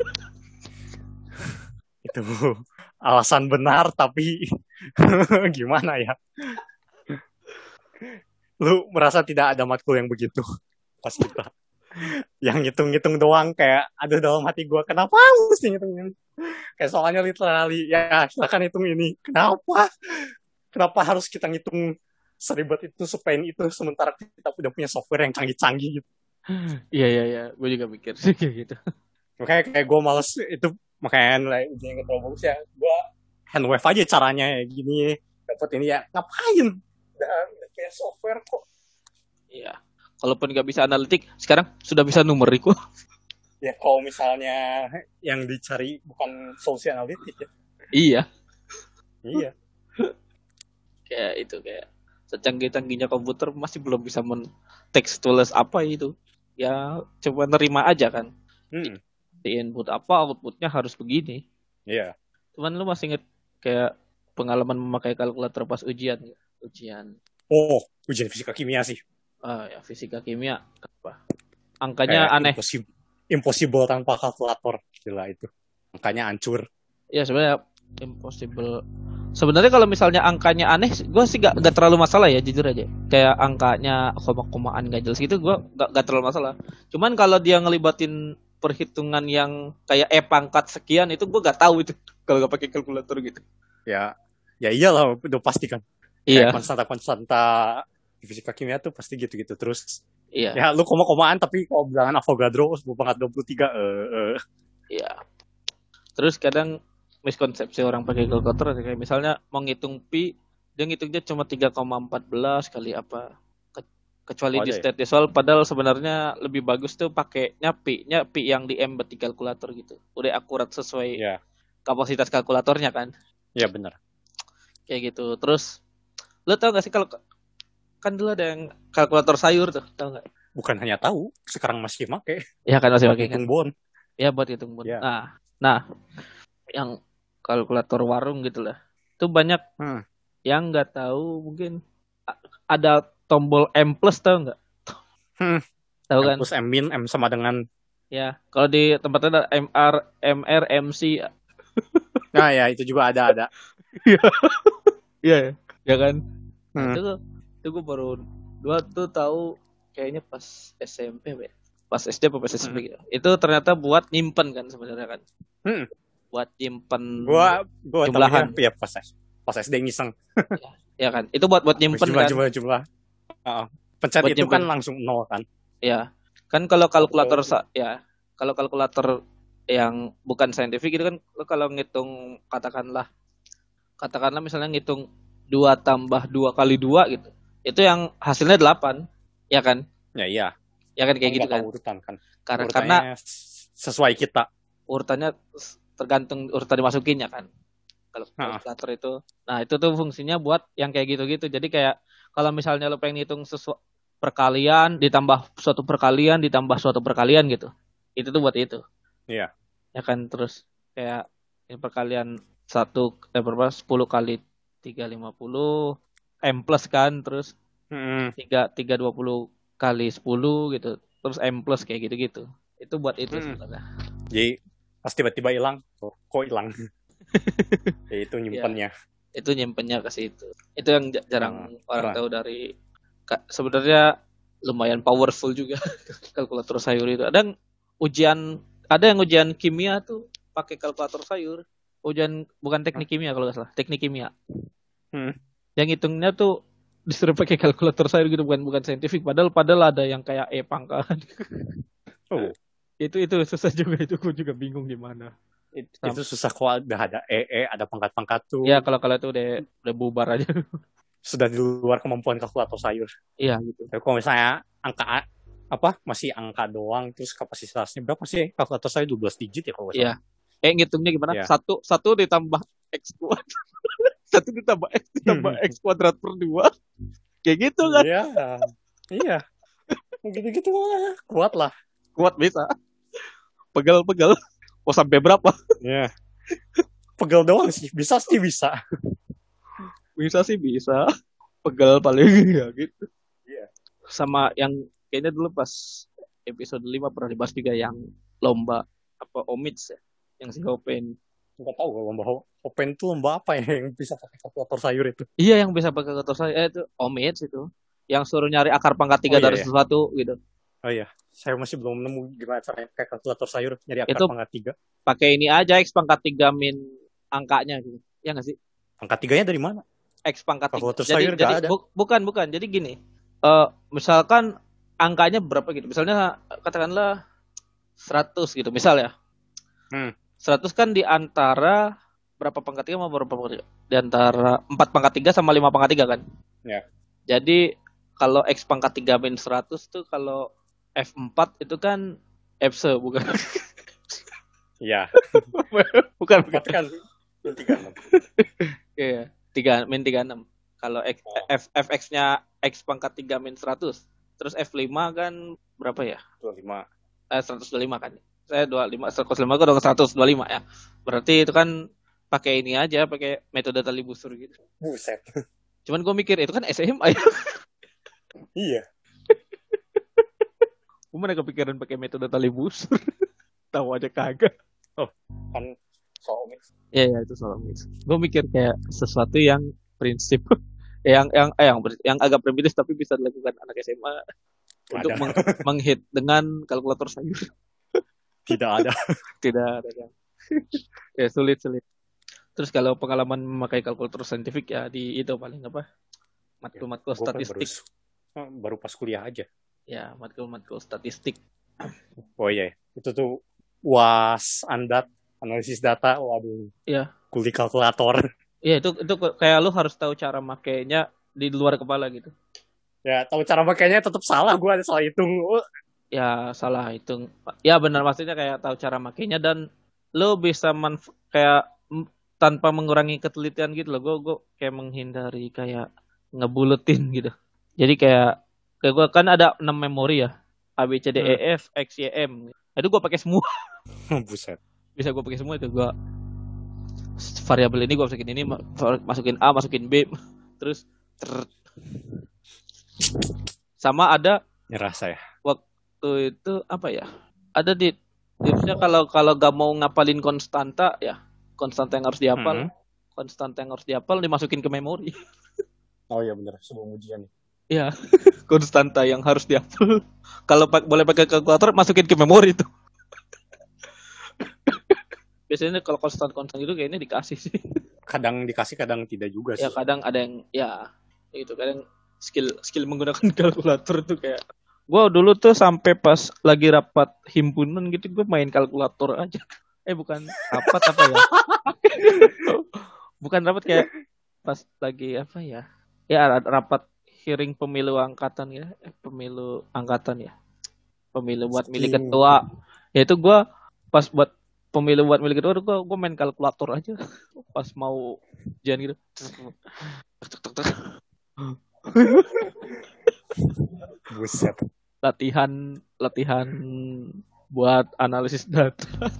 Itu alasan benar tapi gimana ya? Lu merasa tidak ada matkul yang begitu pas kita yang ngitung-ngitung doang kayak aduh dalam hati gue kenapa mesti ngitungin kayak soalnya literally ya silakan hitung ini kenapa harus kita ngitung seribet itu supaya itu sementara kita udah punya software yang canggih-canggih gitu. Iya gue juga mikir sih kayak gitu. Makanya kayak gue males itu, makanya ujian yang bagus ya gue handwave aja caranya ya gini dapat ini ya ngapain dan kayak software kok. Iya. Kalaupun nggak bisa analitik, sekarang sudah bisa numerik kok. Ya kalau misalnya yang dicari bukan solusi analitik ya. Iya. Kayak secanggih-canggihnya komputer masih belum bisa men-textualize apa itu. Ya coba nerima aja kan. Di input apa, outputnya harus begini. Iya. Cuman lu masih inget kayak pengalaman memakai kalkulator pas ujian. Oh, ujian fisika kimia sih. Ya fisika kimia apa? Angkanya aneh. Impossible tanpa kalkulator. Gila itu. Angkanya hancur. Ya sebenarnya impossible. Sebenarnya kalau misalnya angkanya aneh, gue sih gak terlalu masalah ya jujur aja. Kayak angkanya koma-komaan gak jelas gitu, gue gak terlalu masalah. Cuman kalau dia ngelibatin perhitungan yang kayak pangkat sekian itu gue gak tahu itu kalau gak pakai kalkulator gitu. Ya iyalah udah pasti kan. Iya. Konstanta di fisika kimia tuh pasti gitu-gitu terus. Iya. Ya lu koma-komaan tapi kalau bilangan Avogadro 10⁻23 Iya. Terus kadang miskonsepsi orang pakai kalkulator kayak misalnya mau ngitung pi, dia ngitungnya cuma 3,14 kali apa. Kecuali di state decimal, padahal sebenarnya lebih bagus tuh pakainya pi yang diembed di kalkulator gitu. Udah akurat sesuai kapasitas kalkulatornya kan. Iya benar. Kayak gitu. Terus Lo tau gak sih kalau kan dulu ada yang kalkulator sayur tuh, tau gak? Bukan hanya tahu, sekarang masih make. Ya kan masih pakai kan. Hitung bon. Ya buat hitung bon. Yeah. Nah, yang kalkulator warung gitu lah. Itu banyak yang nggak tahu mungkin ada tombol M plus, tau nggak? Tahu kan? M plus M min, M sama dengan. Ya, kalau di tempat ada MR, MC. Nah ya, itu juga ada. Iya, ya kan? Nah, itu gue baru tuh tahu kayaknya pas SMP, pas SD apa pas SMP gitu. Itu ternyata buat nyimpen kan sebenarnya kan. Buat nyimpen jumlahan. Ya pas SD ngiseng. Ya kan, itu buat nyimpen kan. Jumlah. Pencet buat itu nyimpen. Kan langsung 0 kan. Ya, kan kalau kalkulator kalau kalkulator yang bukan saintifik itu kan lo kalau ngitung katakanlah misalnya ngitung 2 tambah 2 kali 2 gitu. Itu yang hasilnya 8, ya kan? Ya iya. Ya kan kayak gitu kan. Urutan kan. Karena sesuai kita. Urutannya tergantung urutan dimasukinnya kan. Kalau kalkulator itu. Nah, itu tuh fungsinya buat yang kayak gitu-gitu. Jadi kayak kalau misalnya lo pengen ngitung perkalian ditambah suatu perkalian ditambah suatu perkalian gitu. Itu tuh buat itu. Iya. Ya kan, terus kayak ini perkalian 10 kali 350 M plus kan, terus 320 kali 10 gitu, terus M plus kayak gitu-gitu. Itu buat itu sebenarnya. Jadi pas tiba-tiba hilang, kok hilang? Ya, itu nyimpennya. Ya, itu nyimpennya ke situ. Itu yang jarang orang tahu dari sebenarnya lumayan powerful juga kalkulator sayur itu. Ada yang ujian kimia tuh pakai kalkulator sayur. Ujian bukan teknik kimia kalau nggak salah, teknik kimia. Yang hitungnya tuh disuruh pakai kalkulator sayur gitu, bukan saintifik. Padahal ada yang kayak pangkat. Itu susah juga, itu gue juga bingung gimana. Itu susah kok, ada ada pangkat-pangkat tuh. Ya kalau itu udah bubar aja. Sudah di luar kemampuan kalkulator sayur. Iya gitu. Tapi kalau misalnya angka masih angka doang, terus kapasitasnya berapa sih kalkulator sayur 12 digit ya kalau nggak salah. Iya. Ngitungnya gimana? Yeah. Satu ditambah X kuadrat. 1 ditambah X kuadrat per 2. Kayak gitu kan? Iya. Gitu-gitu lah. Kuat bisa. Pegal. Mau sampai berapa? Iya. Pegal doang sih. Bisa. Bisa sih bisa. Pegal paling ya gitu. Iya. Sama yang kayaknya dulu pas episode 5 pernah dibahas juga yang lomba Omits ya, yang si Hopen. Nggak tahu kalau lomba Hopen itu lomba apa ya yang bisa pakai kalkulator sayur itu? Iya, yang bisa pakai kalkulator sayur itu Omits itu. Yang suruh nyari akar pangkat 3 dari sesuatu gitu. Oh iya, saya masih belum nemu gimana caranya pakai kalkulator sayur nyari akar pangkat 3. Pakai ini aja X pangkat 3 min angkanya gitu. Ya nggak sih? Pangkat 3-nya dari mana? X pangkat 3. Kalkulator sayur nggak ada. Bukan. Jadi gini, misalkan angkanya berapa gitu. Misalnya katakanlah 100 gitu misal ya. 100 kan di antara berapa pangkat 3 sama berapa pangkat 3? Di antara 4 pangkat 3 sama 5 pangkat 3 kan? Ya. Jadi kalau X pangkat 3 min 100 tuh kalau F4 itu kan F bukan? Iya. bukan. Kan min 36. Iya, min 36. Kalau Fx-nya X pangkat 3 min 100. Terus F5 kan berapa ya? 25. 125 kan. Saya 25, 105 kan 125 ya. Berarti itu kan pakai ini aja, pakai metode tali busur gitu. Buset. Cuman gue mikir itu kan SMA ya. Iya. Gue mana kepikiran pakai metode tali busur. Tahu aja kagak. Oh, kan soal mix. Iya, itu soal mix. Gue mikir kayak sesuatu yang prinsip yang agak primitif tapi bisa dilakukan anak SMA untuk menghit dengan kalkulator sayur. Tidak ada. Ya sulit. Terus kalau pengalaman memakai kalkulator saintifik ya di itu paling apa? Matkul statistik. Baru pas kuliah aja. Ya, matkul statistik. Oh iya, itu tuh UAS, ANDAT, analisis data, waduh. Iya. Kuliah kalkulator. Iya, itu kayak lu harus tahu cara makainya di luar kepala gitu. Ya, tahu cara makainya tetap salah, gue ada salah hitung. Ya, salah hitung. Ya benar, maksudnya kayak tahu cara makainya dan lu bisa kayak tanpa mengurangi ketelitian gitu loh. Gue kayak menghindari kayak ngebuletin gitu. Jadi kayak gue kan ada 6 memori ya. A B C D E F X Y M. Itu gue pakai semua. Buset. Bisa gue pakai semua itu. Gue variabel ini gue masukin ini, masukin A, masukin B, terus sama ada ngerasa ya. Waktu itu apa ya? Ada di tipsnya kalau gak mau ngapalin konstanta ya, konstanta yang harus dihafal. Konstanta yang harus dihafal dimasukin ke memori. Oh iya benar, sebelum ujian. Iya, konstanta yang harus dihafal. Kalau boleh pakai kalkulator, masukin ke memori itu. Biasanya kalau konstan itu kayaknya dikasih sih. Kadang dikasih, kadang tidak juga sih. Ya kadang ada yang ya itu kadang skill menggunakan kalkulator itu kayak gue dulu tuh sampai pas lagi rapat himpunan gitu gue main kalkulator aja. Bukan rapat apa ya? Bukan rapat kayak pas lagi apa ya? Ya rapat hearing pemilu angkatan ya, pemilu angkatan ya. Pemilu buat milih ketua. Ya itu gue pas buat pemilu buat milih ketua gue main kalkulator aja pas mau ujian gitu. Buset. Latihan buat analisis data.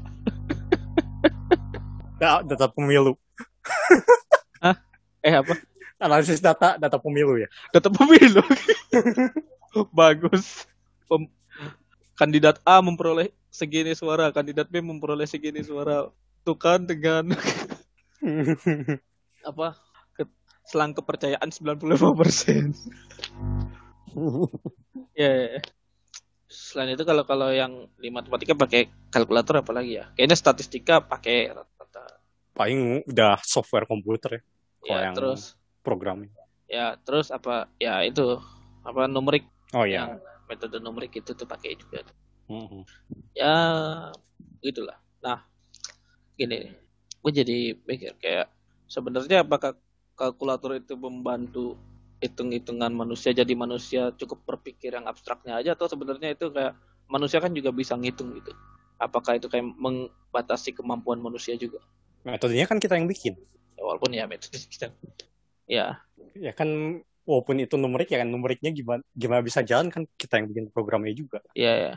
Data pemilu. Hah? Apa? Analisis data pemilu ya. Data pemilu. Bagus. Kandidat A memperoleh segini suara, kandidat B memperoleh segini suara. Tuh kan dengan apa? Selang kepercayaan 95%. Ya. Selain itu kalau yang di matematika pakai kalkulator apalagi ya? Kayaknya statistika pakai rata-rata. Paling udah software komputer ya. Ya, yang terus programming. Ya, terus apa? Ya itu apa numerik. Oh ya. Metode numerik itu tuh pakai juga. Ya, gitulah. Nah, gini. Gue jadi mikir kayak sebenarnya apakah kalkulator itu membantu hitung-hitungan manusia jadi manusia cukup berpikir yang abstraknya aja atau sebenarnya itu kayak manusia kan juga bisa ngitung gitu. Apakah itu kayak membatasi kemampuan manusia juga? Metodenya kan kita yang bikin. Ya, walaupun ya metode kita. Ya. Ya kan walaupun itu numerik ya kan numeriknya gimana bisa jalan kan kita yang bikin programnya juga. Iya ya.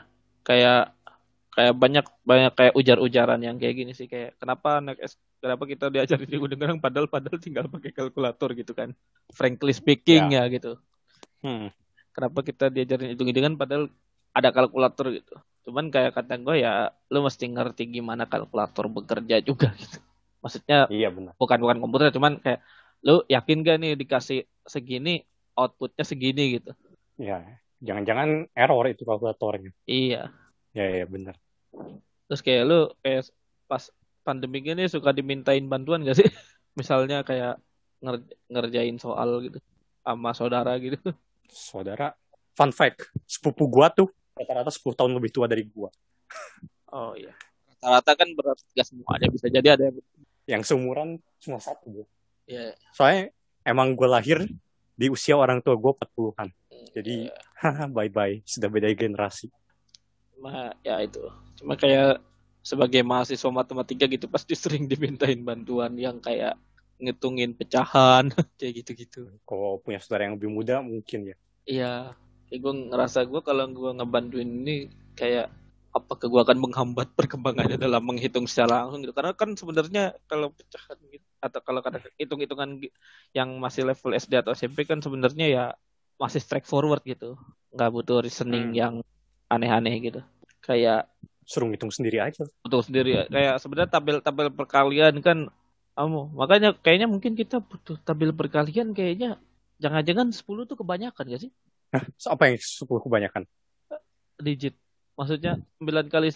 Kayak banyak kayak ujar-ujaran yang kayak gini sih kayak kenapa kita diajarin hitung-hitungan padahal tinggal pakai kalkulator gitu kan. Frankly speaking ya gitu. Kenapa kita diajarin hitung-hitungan padahal ada kalkulator gitu. Cuman kayak kata gue ya lu mesti ngerti gimana kalkulator bekerja juga gitu. Maksudnya iya, benar. bukan komputer cuman kayak lu yakin gak nih dikasih segini outputnya segini gitu. Iya, jangan-jangan error itu kalkulatornya. Iya. Ya benar. Terus kayak lu kayak pas pandemi ini suka dimintain bantuan gak sih? Misalnya kayak ngerjain soal gitu sama saudara gitu. Saudara, fun fact, sepupu gua tuh rata-rata 10 tahun lebih tua dari gua. Oh iya. Rata-rata kan berarti gak semuanya bisa jadi ada yang seumuran cuma satu gua. Iya. Soalnya emang gua lahir di usia orang tua gua 40-an. Jadi bye-bye, sudah beda generasi. Ya itu. Cuma kayak sebagai mahasiswa matematika gitu pasti sering dimintain bantuan yang kayak ngitungin pecahan kayak gitu-gitu. Kalau punya saudara yang lebih muda mungkin ya. Iya. Gue ngerasa kalau gue ngebantuin ini kayak apakah gue akan menghambat perkembangannya dalam menghitung secara langsung gitu. Karena kan sebenarnya kalau pecahan gitu atau kalau hitung-hitungan yang masih level SD atau SMP kan sebenarnya ya masih straightforward gitu. Nggak butuh reasoning yang aneh-aneh gitu. Kayak suruh ngitung sendiri aja. Betul sendiri. Kayak sebenarnya tabel perkalian kan makanya kayaknya mungkin kita butuh tabel perkalian kayaknya jangan-jangan 10 tuh kebanyakan gak sih? Apa yang 10 kebanyakan? Digit. Maksudnya 9 kali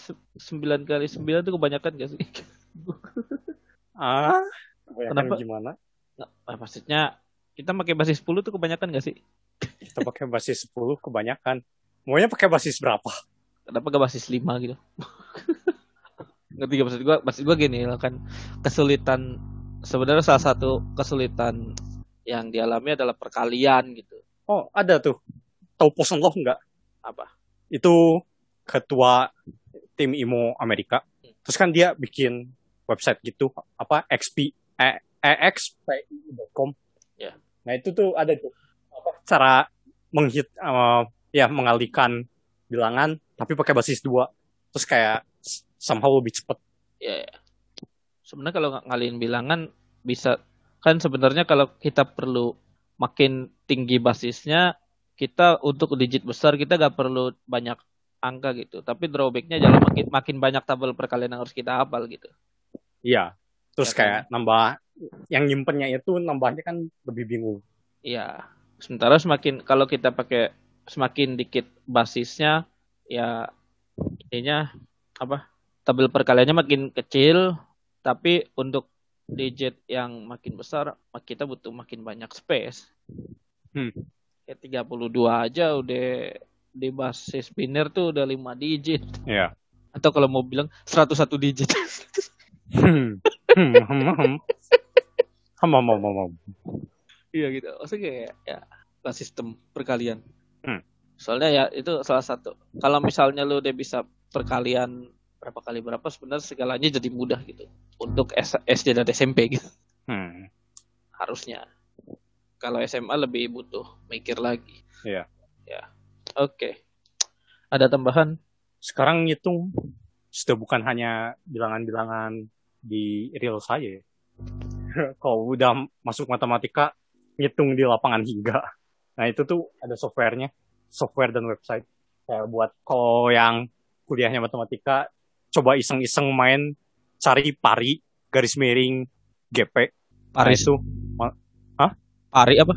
9 tuh kebanyakan gak sih? Kenapa? Gimana? Maksudnya kita pakai basis 10 tuh kebanyakan gak sih? Kita pakai basis 10 kebanyakan. Maunya pakai basis berapa? Kenapa gak basis 5 gitu? Ngerti gak maksud gue gini kan kesulitan sebenarnya salah satu kesulitan yang dialami adalah perkalian gitu. Oh, ada tuh. Tahu Poisson Law enggak? Apa? Itu ketua tim IMO Amerika. Terus kan dia bikin website gitu apa exp.com. Ya. Nah, itu tuh ada tuh cara mengalihkan bilangan tapi pakai basis 2. Terus kayak somehow lebih cepet. Ya. Sebenarnya kalau ngalihin bilangan bisa kan sebenarnya kalau kita perlu makin tinggi basisnya, kita untuk digit besar kita gak perlu banyak angka gitu. Tapi drawbacknya jangan makin banyak tabel perkalian yang harus kita hafal gitu. Iya. Terus ya, kayak nambah yang nyimpennya itu nambahnya kan lebih bingung. Iya. Sementara kalau kita pakai semakin dikit basisnya, ya ininya tabel perkaliannya makin kecil, tapi untuk digit yang makin besar kita butuh makin banyak space. Kayak 32 aja udah di basis biner tuh udah 5 digit. Iya. Atau kalau mau bilang 101 digit. Iya gitu. Maksudnya kayak ya sistem perkalian. Soalnya ya itu salah satu. Kalau misalnya lu udah bisa perkalian berapa kali berapa, sebenarnya segalanya jadi mudah gitu. Untuk SD dan SMP gitu. Harusnya. Kalau SMA lebih butuh mikir lagi. Iya. Ya. Oke. Ada tambahan? Sekarang ngitung sudah bukan hanya bilangan-bilangan di real saya. Kalau udah masuk matematika, ngitung di lapangan hingga. Nah itu tuh ada software dan website. Kayak buat kalau yang kuliahnya matematika, coba iseng-iseng main cari pari garis miring GP. Pari itu, pari apa?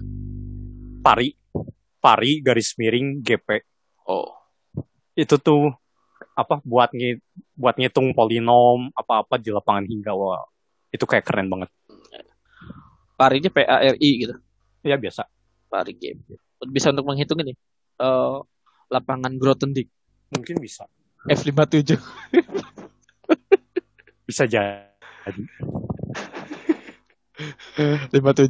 Pari garis miring GP. Oh. Itu tuh buat ngitung polinom apa-apa di lapangan hingga. Wah, itu kayak keren banget. Parinya PARI gitu. Iya biasa. Pari game. Bisa untuk menghitung ini. Lapangan Grothendieck. Mungkin bisa. F57. Bisa jadi. 57.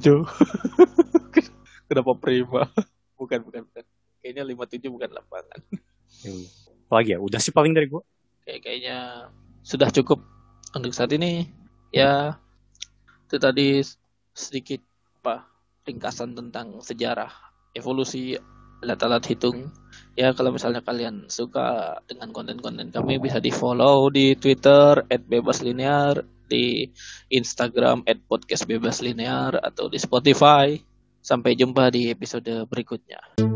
Kenapa prima? Bukan. Kayaknya 57 bukan lapangan. Apalagi ya, udah sih paling dari gue. Kayaknya sudah cukup untuk saat ini. Ya, itu tadi sedikit ringkasan tentang sejarah evolusi alat-alat hitung. Ya, kalau misalnya kalian suka dengan konten-konten kami, bisa di-follow di Twitter @bebaslinear, di Instagram @podcastbebaslinear, atau di Spotify. Sampai jumpa di episode berikutnya.